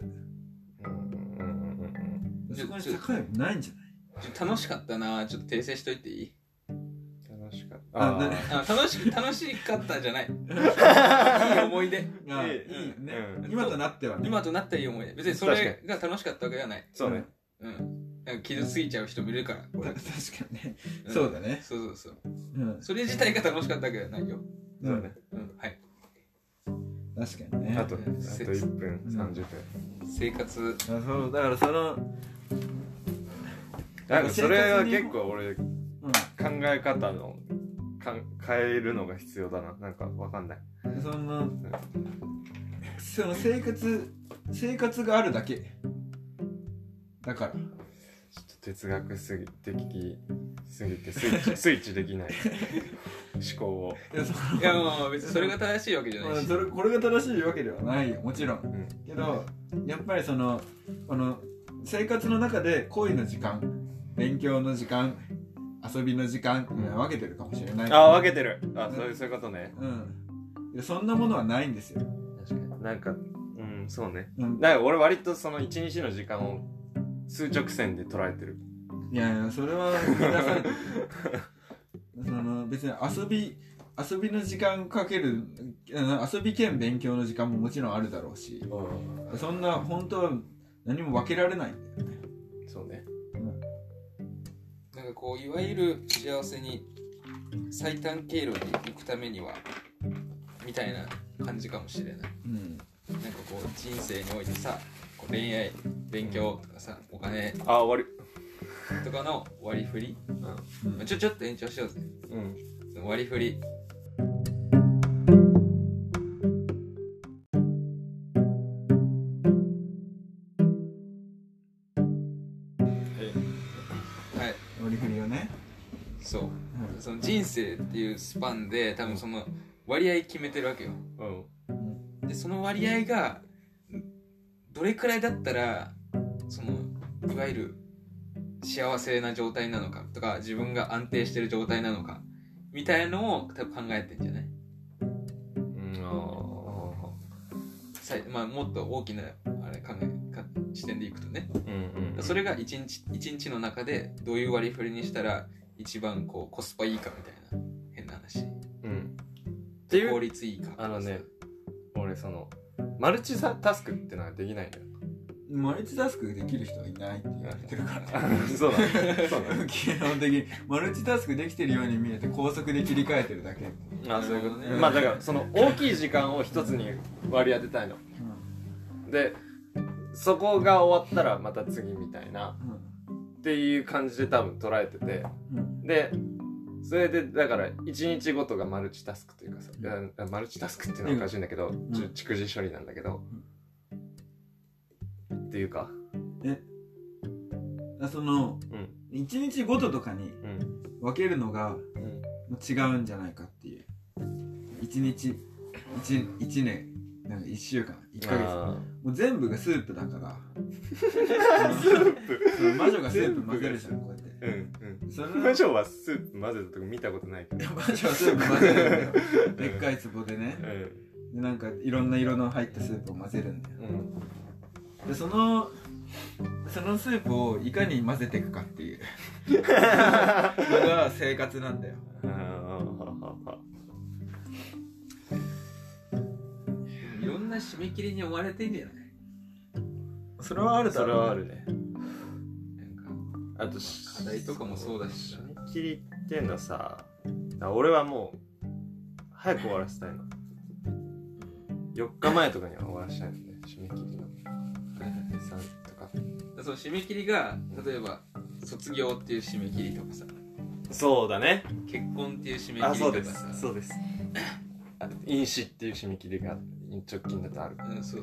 そこに境目ないんじゃない？ 楽しかったな。ちょっと訂正しといていい？ 楽しかった。 楽しかったじゃない。いい思い出。いいね。今となってはいい思い出。別にそれが楽しかったわけではない。 そうね。 なんか傷ついちゃう人もいるから。 確かにね。そうだね。 そう。それ自体が楽しかったわけではないよ。 そうね。 はい。 確かにね。 あと1分30分。 生活。 そうだからその。 なんかそれは結構俺考え方の変えるのが必要だな。なんかわかんない。 その生活があるだけだから。ちょっと哲学的すぎてスイッチできない思考を。 いやもう別にそれが正しいわけじゃないし。 これが正しいわけではないよ、もちろん。けどやっぱりこの生活の中で恋の時間、勉強の時間、遊びの時間分けてるかもしれない。 分けてる。そういうことね。 そんなものはないんですよ。 確かに。なんかそうね。だから俺割とその一日の時間を数直線で捉えてる。 いやそれは満たされてる。別に遊びの時間かける遊び兼勉強の時間ももちろんあるだろうし、そんな本当は何も分けられないんだよね。 そうね。 なんかこういわゆる幸せに最短経路に行くためにはみたいな感じかもしれない。なんかこう人生においてさ、恋愛、勉強とかさ、お金終わりとかの割り振り、ちょっと延長しようぜ。 その割り振り割り振りをね。 そう、その人生っていうスパンで多分その割合決めてるわけよ、でその割合がどれくらいだったらそのいわゆる幸せな状態なのかとか自分が安定してる状態なのかみたいのを多分考えてんじゃない？まあもっと大きなあれ視点でいくとね、それが一日の中でどういう割り振りにしたら一番こうコスパいいかみたいな変な話、っていう効率いいか。 俺そのマルチタスクってのはできないのよ。 マルチタスクできる人はいないって言われてるからね。 そうだね。 基本的にマルチタスクできてるように見えて高速で切り替えてるだけ。 そういうことね。まあだからその大きい時間を一つに割り当てたいの、でそこが終わったらまた次みたいな、っていう感じで多分捉えてて、でそれでだから1日ごとがマルチタスクというかさ、マルチタスクっていうのはおかしいんだけど、蓄次処理なんだけど、っていうかその、1日ごととかに分けるのが違うんじゃないかっていう。1日1年なんか1週間1ヶ月もう全部がスープだからスープ魔女がスープ混ぜるじゃんこうやって、 魔女はスープ混ぜたとこ見たことないけど魔女はスープ混ぜるんだよでっかい壺でね、でなんかいろんな色の入ったスープを混ぜるんだよ、でそのスープをいかに混ぜていくかっていうのが生活なんだよ。 いろんな締め切りに追われてんじゃない？ それはあるだろう。 それはあるね。 なんかあと課題とかもそうだし、 締め切りっていうのはさ、俺はもう早く終わらせたいの。4日前とかには終わらせたいのね、締め切りの。とか。 その締め切りが例えば卒業っていう締め切りとかさ、 そうだね。 結婚っていう締め切りとかさ、 そうです。飲酒っていう締め切りが直近だとある。 そう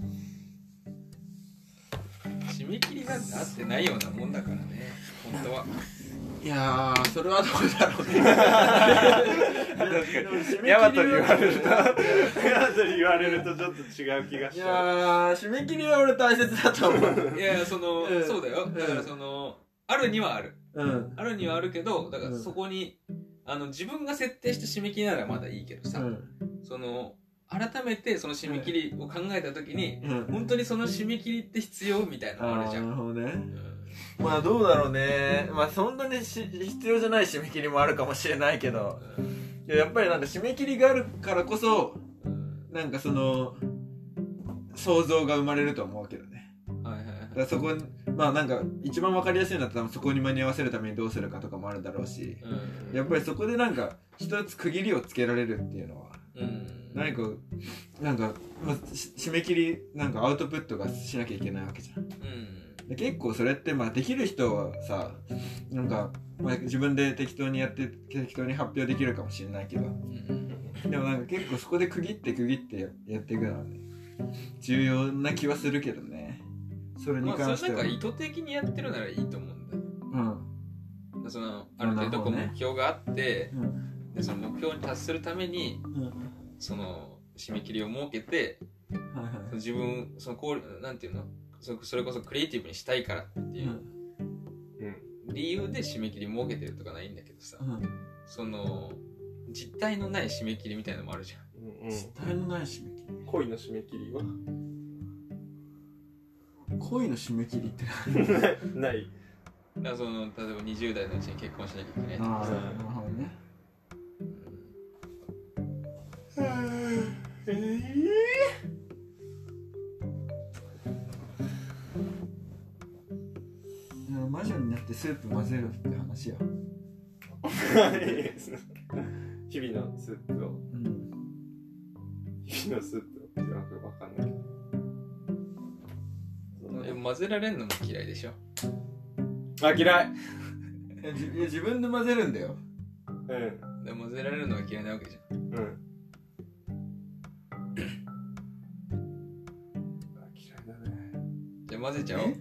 締め切りなんてあってないようなもんだからね、本当は。 いやー、それはどうだろうね。 ヤマトに言われるとちょっと違う気がしちゃう。 いやー、締め切りは俺大切だと思う。 いやそうだよ。だからそのあるにはある、あるにはあるけど、だからそこに自分が設定した締め切りならまだいいけどさ、その改めてその締め切りを考えた時に、本当にその締め切りって必要みたいなのあるじゃん。 なるほどね。まあどうだろうね。まあそんなに必要じゃない締め切りもあるかもしれないけど、やっぱりなんか締め切りがあるからこそ、なんかその想像が生まれると思うけどね。だからそこにまあなんか一番わかりやすいのは多分そこに間に合わせるためにどうするかとかもあるだろうし、やっぱりそこでなんか一つ区切りをつけられるっていうのは、何かなんか、まあ、締め切りなんかアウトプットがしなきゃいけないわけじゃん。で結構それってまあできる人はさ、なんか、まあ、自分で適当にやって適当に発表できるかもしれないけど、でもなんか結構そこで区切ってやっていくのはね重要な気はするけどね。それに関しては、 まあ、それなんか意図的にやってるならいいと思うんだよ。そのある程度目標があって、でその目標に達するために、その締め切りを設けて、自分そのこうなんていうの、それこそクリエイティブにしたいからっていう、理由で締め切り設けてるとかないんだけどさ、その実体のない締め切りみたいなのもあるじゃん。 実体のない締め切り。 恋の締め切りは恋の締め切りってない。 だからその例えば20代のうちに結婚しなきゃいけないとかさ。 なるほどね。魔女になってスープ混ぜるって話よ。 日々のスープを、日々のスープをってなんかわかんないけど、 混ぜられるのも嫌いでしょ。 あ、嫌い。 自分で混ぜるんだよ。 で混ぜられるのが嫌いなわけじゃん。嫌いだね。 じゃあ混ぜちゃおう。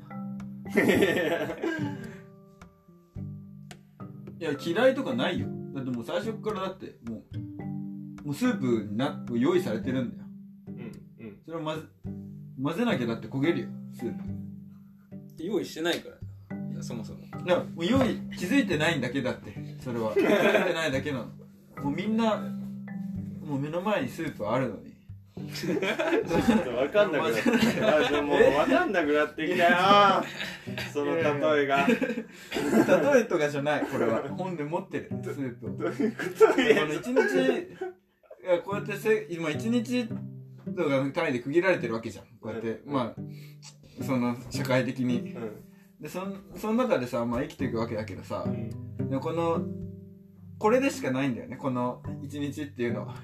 いや嫌いとかないよ。だってもう最初からだってもうスープに用意されてるんだよ。それを混ぜなきゃだって焦げるよスープ。 用意してないからそもそも。 いやもう用意気づいてないんだけだって。それは気づいてないだけなの。もうみんなもう目の前にスープあるのに。 ちょっと分かんなくなってきた。でも分かんなくなってきたよ。その例えが。 例えとかじゃない。これは本で持ってるスープを。 どういうことや。 一日こうやって今一日とか単位で区切られてるわけじゃん。こうやってまあその社会的に。でその中でさまあ生きていくわけだけどさ。でこれでしかないんだよね。この一日っていうのは。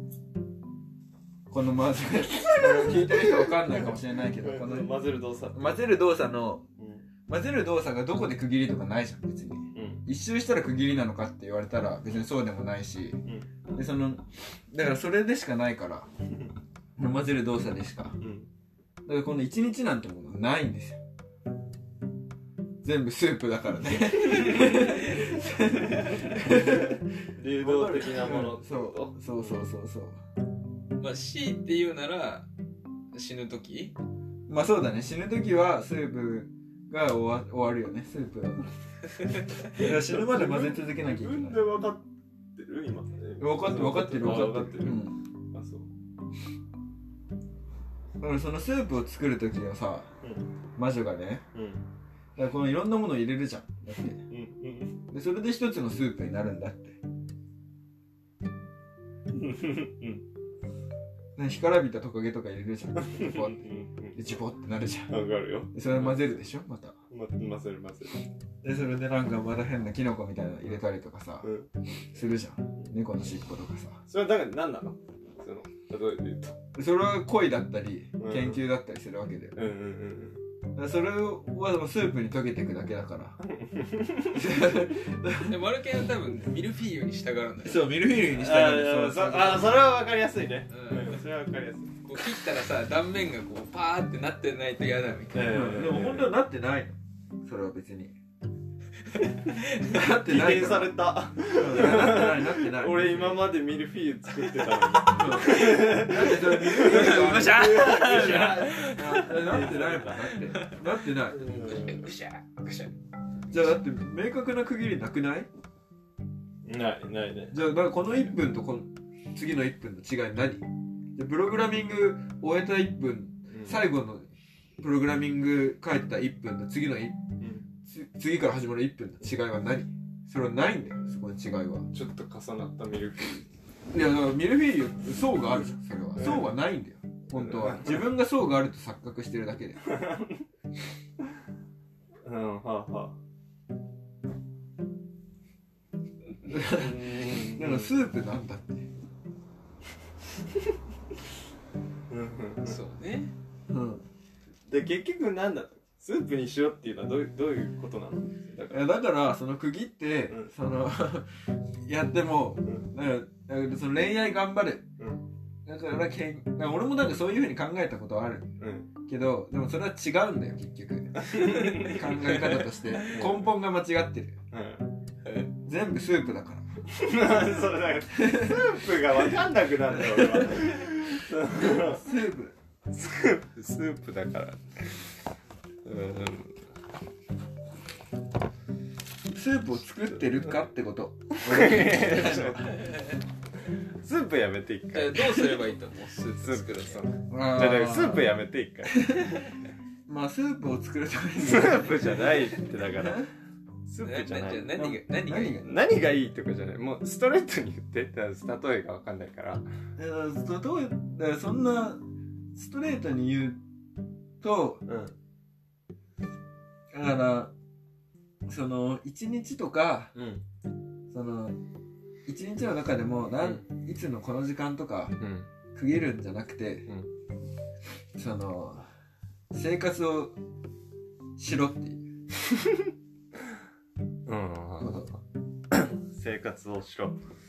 この聞いてる人わかんないかもしれないけど、この混ぜる動作の混ぜる動作がどこで区切りとかないじゃん別に。一周したら区切りなのかって言われたら別にそうでもないし、でだからそれでしかないから混ぜる動作でしか。だからこの一日なんてものないんですよ。全部スープだからね。 流動的なもの。 そう。 まあ C って言うなら死ぬ時。 まあそうだね。死ぬ時はスープが終わるよね。スープは。いや死ぬまで混ぜ続けなきゃいけない。 自分で分かってる今。 分かってる。 あ、そう。 だからそのスープを作る時はさ、魔女がね。だからこのいろんなものを入れるじゃん。だって。でそれで一つのスープになるんだって。干からびたトカゲとか入れるじゃん。でジボってなるじゃん。 わかるよ。 でそれ混ぜるでしょまた。 混ぜる。 でそれでなんかまた変なキノコみたいなの入れたりとかさ、するじゃん。猫の尻尾とかさ。 それはだから何なの？例えで言うと。 それは恋だったり研究だったりするわけだよ。それはスープに溶けていくだけだから。 でマルケンは多分ミルフィーユに従うんだよ。 そうミルフィーユに従う。 それは分かりやすいね。それは分かりやすい。 こう切ったらさ断面がこうパーってなってないと嫌だみたいな。 でも本当はなってないの。それは別に。なって否ない。 定された。 なってない。 俺今までミルフィーユ作ってたのに。 なんでそれミルフィーユよっしゃなってないもん。なってない。 ぐしゃぐしゃ。 じゃあだって明確な区切りなくない？ ないね。 じゃあだからこの1分とこの次の1分の違い何？じゃあプログラミング終えた1分、最後のプログラミング書いた1分と次の次から始まる1分の違いは何？それはないんだよ、そこの違いは。 ちょっと重なったミルフィーユ。いやだからミルフィーユ層があるじゃん。それは層はないんだよ本当は。自分が層があると錯覚してるだけで。だからスープなんだって。 そうね。 で結局なんだスープにしようっていうのはどういうことなの？ だからその区切って、そのやっても、その恋愛頑張る。だから俺もなんかそういう風に考えたことはある。けどでもそれは違うんだよ結局。考え方として根本が間違ってる。全部スープだから。 それだからスープが分かんなくなるんだよ俺は。スープだから。 スープを作ってるかってこと。 スープやめて一回。 どうすればいいと思う？スープ作るの。 スープやめて一回。 まあスープを作るためにスープじゃないってだから。スープじゃない。何がいいとかじゃない。もうストレートに言ってって例えが分かんないから。 そんなストレートに言うと、だからその1日とか、その1日の中でもいつのこの時間とか区切るんじゃなくて、その生活をしろっていう。 生活をしろ。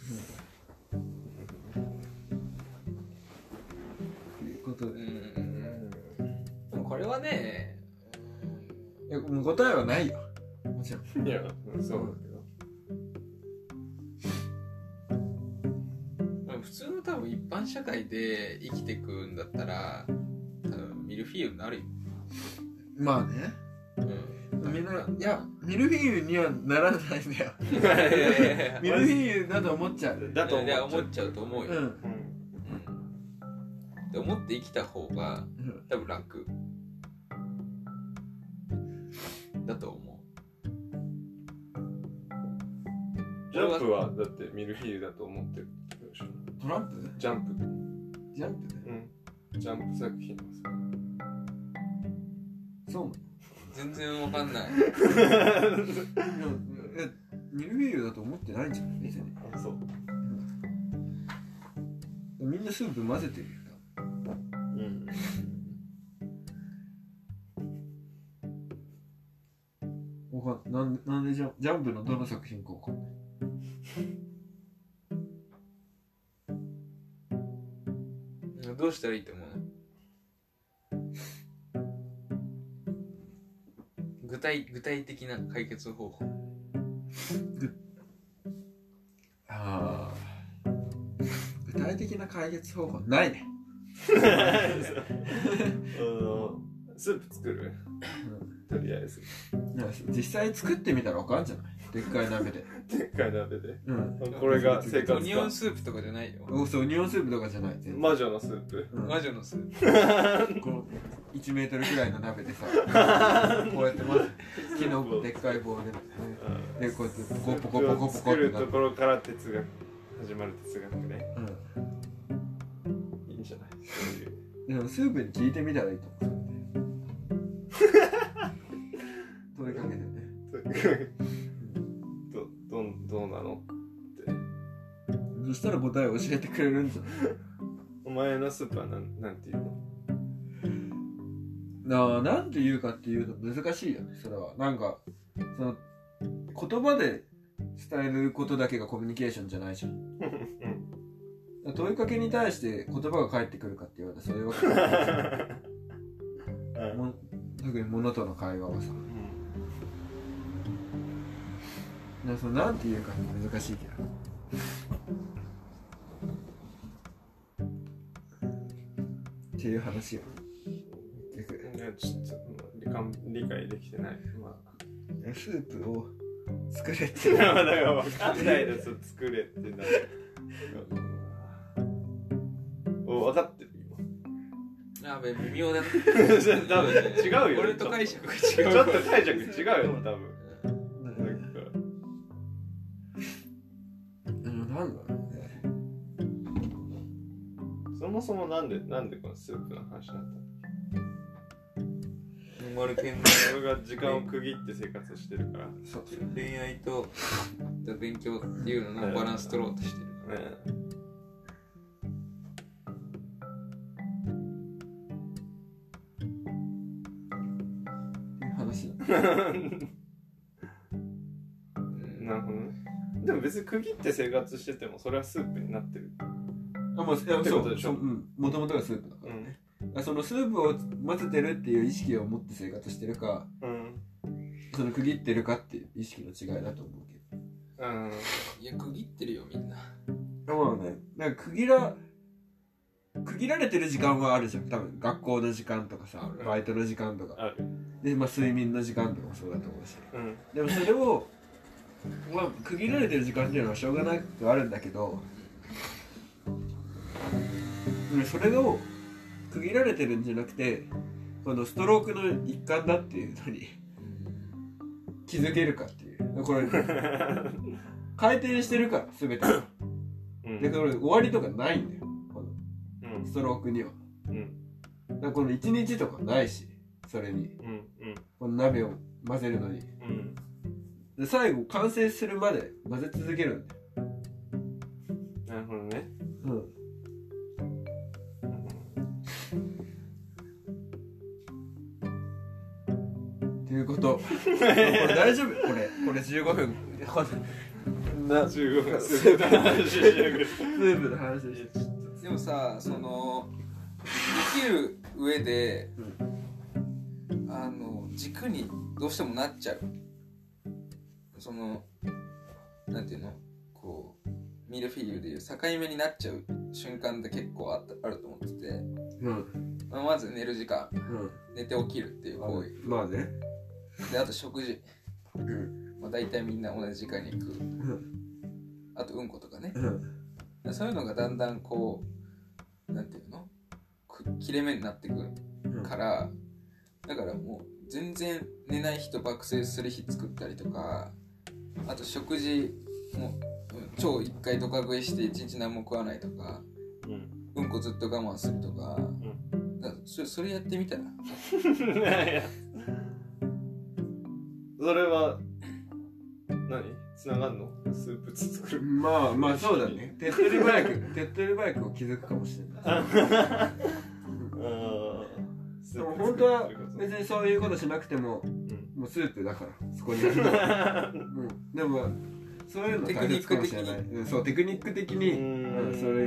ということで、 でもこれはね、 いやもう答えはないよ。もちろん。 いや、そうだけど。普通の多分一般社会で生きていくんだったら、多分ミルフィーユになるよ。 まあね。みんな、いや、ミルフィーユにはならないんだよ。ミルフィーユだと思っちゃう。 だと思っちゃうと思うよ。って思って生きた方が多分楽だと思う。 ジャンプはだってミルフィーユだと思ってる。 トランプ？ ジャンプ。 ジャンプ？ ジャンプ作品はそうなの？ 全然わかんない。 ミルフィーユだと思ってないんじゃない別に。 そう。 みんなスープ混ぜてるよ。なんでジャンプのどの作品かわかんない。 どうしたらいいと思う？具体的な解決方法。 具体的な解決方法ないね。 スープ作る、とりあえず実際作ってみたらわかんじゃない？でっかい鍋で。 でっかい鍋で、これが生活か。 オニオンスープとかじゃないよ。 そう、オニオンスープとかじゃない。 魔女のスープ、 魔女のスープ。 こう1メートルくらいの鍋でさ、こうやってまず木のでっかい棒で、でこうやってポコポコポコポコ作るところから哲学始まる哲学ね。いいんじゃない？そういう。 でもスープに聞いてみたらいいと思う。問いかけてね。 どうなのって。 そしたら答えを教えてくれるんじゃない？ お前のスープはなんて言うの？なんて言うかっていうと難しいよね。それはなんかその言葉で伝えることだけがコミュニケーションじゃないじゃん。問いかけに対して言葉が返ってくるかって言われたらそういうわけじゃない。特に物との会話はさ、そのなんて言うかって難しいけどっていう話よ。 ちょっと理解できてない。 スープを作れってだから分かんないです。作れってな分かってる今。微妙だね。 多分違うよ。 俺と解釈が違う。 ちょっと解釈違うよ多分。 なんだろうね。 そもそもなんでこのスープの話になったの？俺が時間を区切って生活してるから。 そう恋愛と勉強っていうののバランス取ろうとしてる、 っていう話だ。 なるほどね。でも別に区切って生活しててもそれはスープになってる。 もうってことでしょ。もともとがスープだからね。そのスープを混ぜてるっていう意識を持って生活してるか、その区切ってるかっていう意識の違いだと思うけど。 いや区切ってるよみんな。 まあね、なんか区切られてる時間はあるじゃん。多分学校の時間とかさ、バイトの時間とか、で睡眠の時間とかもそうだと思うし。でもそれを区切られてる時間っていうのはしょうがなくあるんだけど、それを区切られてるんじゃなくて、このストロークの一環だっていうのに気づけるかっていう。これ回転してるから全て。でこれ終わりとかないんだよ。このストロークには。だからこの1日とかないし、それにこの鍋を混ぜるのに。で最後完成するまで混ぜ続けるんだよ。 なるほどね。 っていうこと。 れ大丈夫？これ15分 15分スープの話しやがる。 スープの話して。 でもさ、その生きる上で、軸にどうしてもなっちゃう、そのなんていうの、こうミルフィーユでいう境目になっちゃう瞬間って結構あると思ってて、まず寝る時間、寝て起きるっていう行為、 まあね。 であと食事、大体みんな同じ時間に行く、あとうんことかね、そういうのがだんだんこうなんていうの、切れ目になってくるから、だからもう全然寝ない日と爆睡する日作ったりとか、あと食事も超1回ドカ食いして1日何も食わないとか、うんこずっと我慢するとか、だからそれやってみたらそれは何つながんの？スープ作る。 まあそうだね。手っ取り早くを気づくかもしれない。でも本当は別にそういうことしなくても、もうスープだからそこにある。でもそういうの大切かもしれない。そうテクニック的にそれ。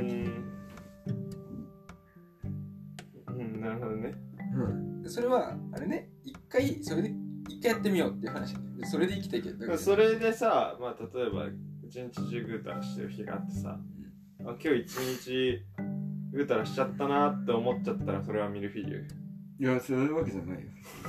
なるほどね。 それはあれね、一回やってみようっていう話で、それで生きていける。 それでさ、まあ例えば一日中ぐうたらしてる日があってさ、今日一日ぐうたらしちゃったなって思っちゃったら、それはミルフィーユ？ いや、そういうわけじゃないよ。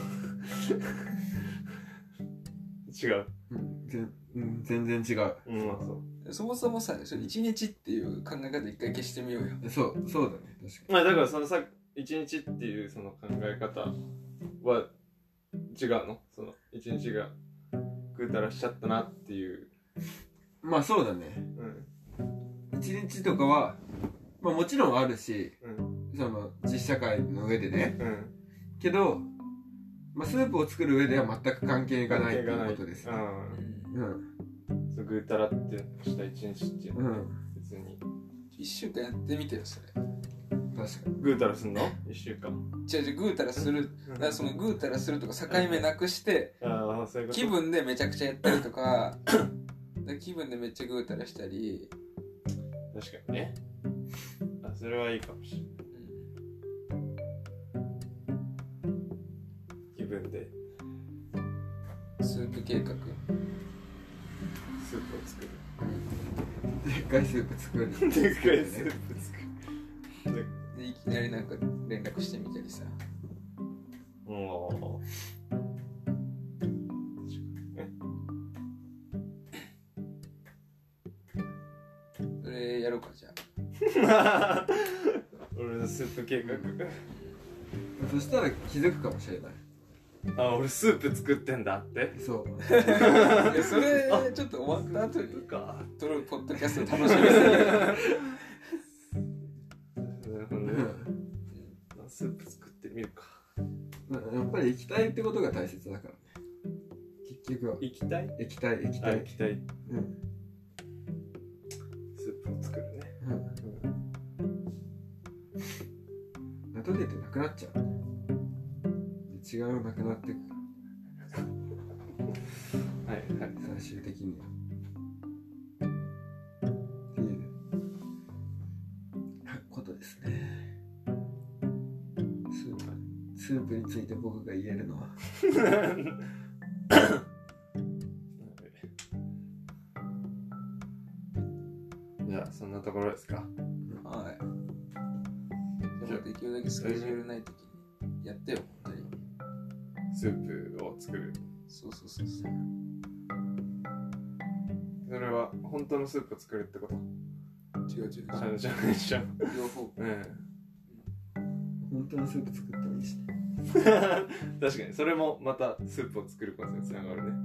違う。 全然違う。 そもそもさ、一日っていう考え方一回消してみようよ。 そうだね、確かに。 まあだからそのさ、一日っていうその考え方は違うの？その一日がぐうたらしちゃったなっていう。 まあそうだね。一日とかは、まあもちろんあるし、その実社会の上でね。けど、まあスープを作る上では全く関係がないということですね。 ぐうたらってした一日っていうのは別に。 1週間やってみてよ、それ。 確かに。 ぐうたらすんの1週間。 違う、ぐうたらする。だからそのぐうたらするとか境目なくして、気分でめちゃくちゃやったりとか、気分でめっちゃぐうたらしたり。 確かにね。それはいいかもしれない。気分で。 スープ計画。 スープを作る。 でっかいスープ作る。 でっかいスープ作る。 でいきなりなんか連絡してみたりさ。それやろうか、じゃあ。 俺のスープ計画。 そしたら気づくかもしれない。 俺スープ作ってんだって。 そう。 それちょっと終わった後に撮るポッドキャスト楽しみですね。なるほどね。スープ作ってみるか。 やっぱり行きたいってことが大切だからね。結局は。 行きたい。 スープを作るね。 後でってなくなっちゃう。違うなくなってくる。最終的には。っていうことですね。スープについて僕が言えるのは。 じゃあそんなところですか。 はい。じゃあできるだけスケジュールないときにやってよ、本当に。 スープを作る。 そう。 それは本当のスープを作るってこと？ 違う。 じゃ両方。 本当のスープ作ってもいいしね。 確かにそれもまたスープを作ることにつながるね。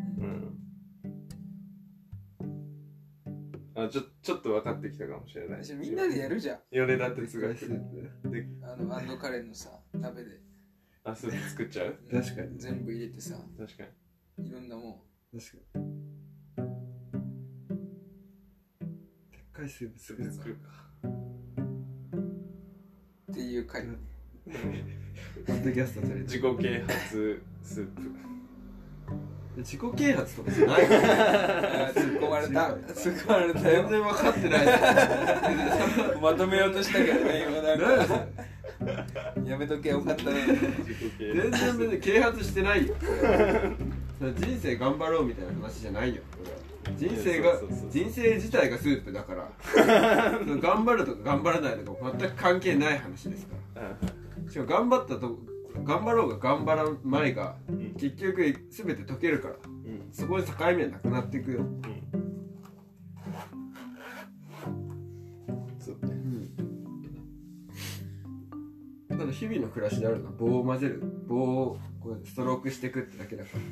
ちょっと分かってきたかもしれない。 みんなでやるじゃん。 米田哲学でアンドカレーのさ鍋でスープ作っちゃう。 確かに全部入れてさ、 確かにいろんなもん。 確かにでっかいスープ作るかっていう回。 ポッドキャスト撮れる。 自己啓発スープ。 自己啓発とかじゃない突っ込まれた全然分かってないまとめようとしたけどね今なんかやめとけよかったね全然別に啓発してないよ人生頑張ろうみたいな話じゃないよ人生自体がスープだから頑張るとか頑張らないとか全く関係ない話ですからしかも頑張ろうが頑張らないが、結局全て解けるから、そこで境目はなくなっていくよ、そうね、ただ日々の暮らしであるのは棒を混ぜる、棒をこうストロークしていくってだけだから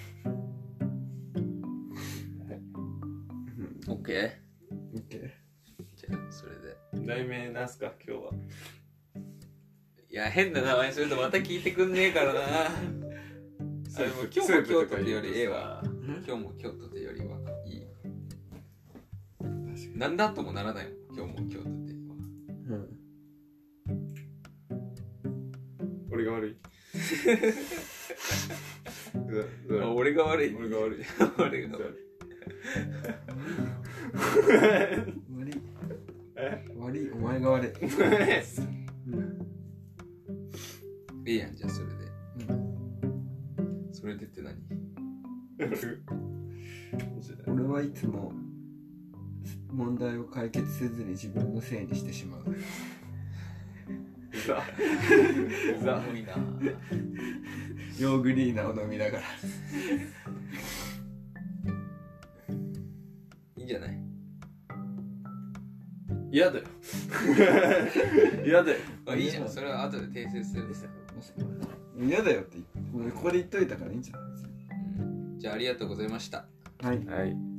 オッケーじゃあそれで題名なんすか今日は。 いや変な名前するとまた聞いてくんねえからなでも今日も京都ってよりええわ今日も京都ってよりはいいなんだともならないもん今日も京都って俺が悪い俺が悪い俺が悪い俺が悪い悪いお前が悪いいいやんじゃあそれで、それでって何俺はいつも問題を解決せずに自分のせいにしてしまう重いなヨーグリーナを飲みながらいいんじゃない嫌だよ嫌だよいいじゃんそれは後で訂正する嫌だよってここで言っといたからいいんじゃない、 じゃあありがとうございましたはい、 はい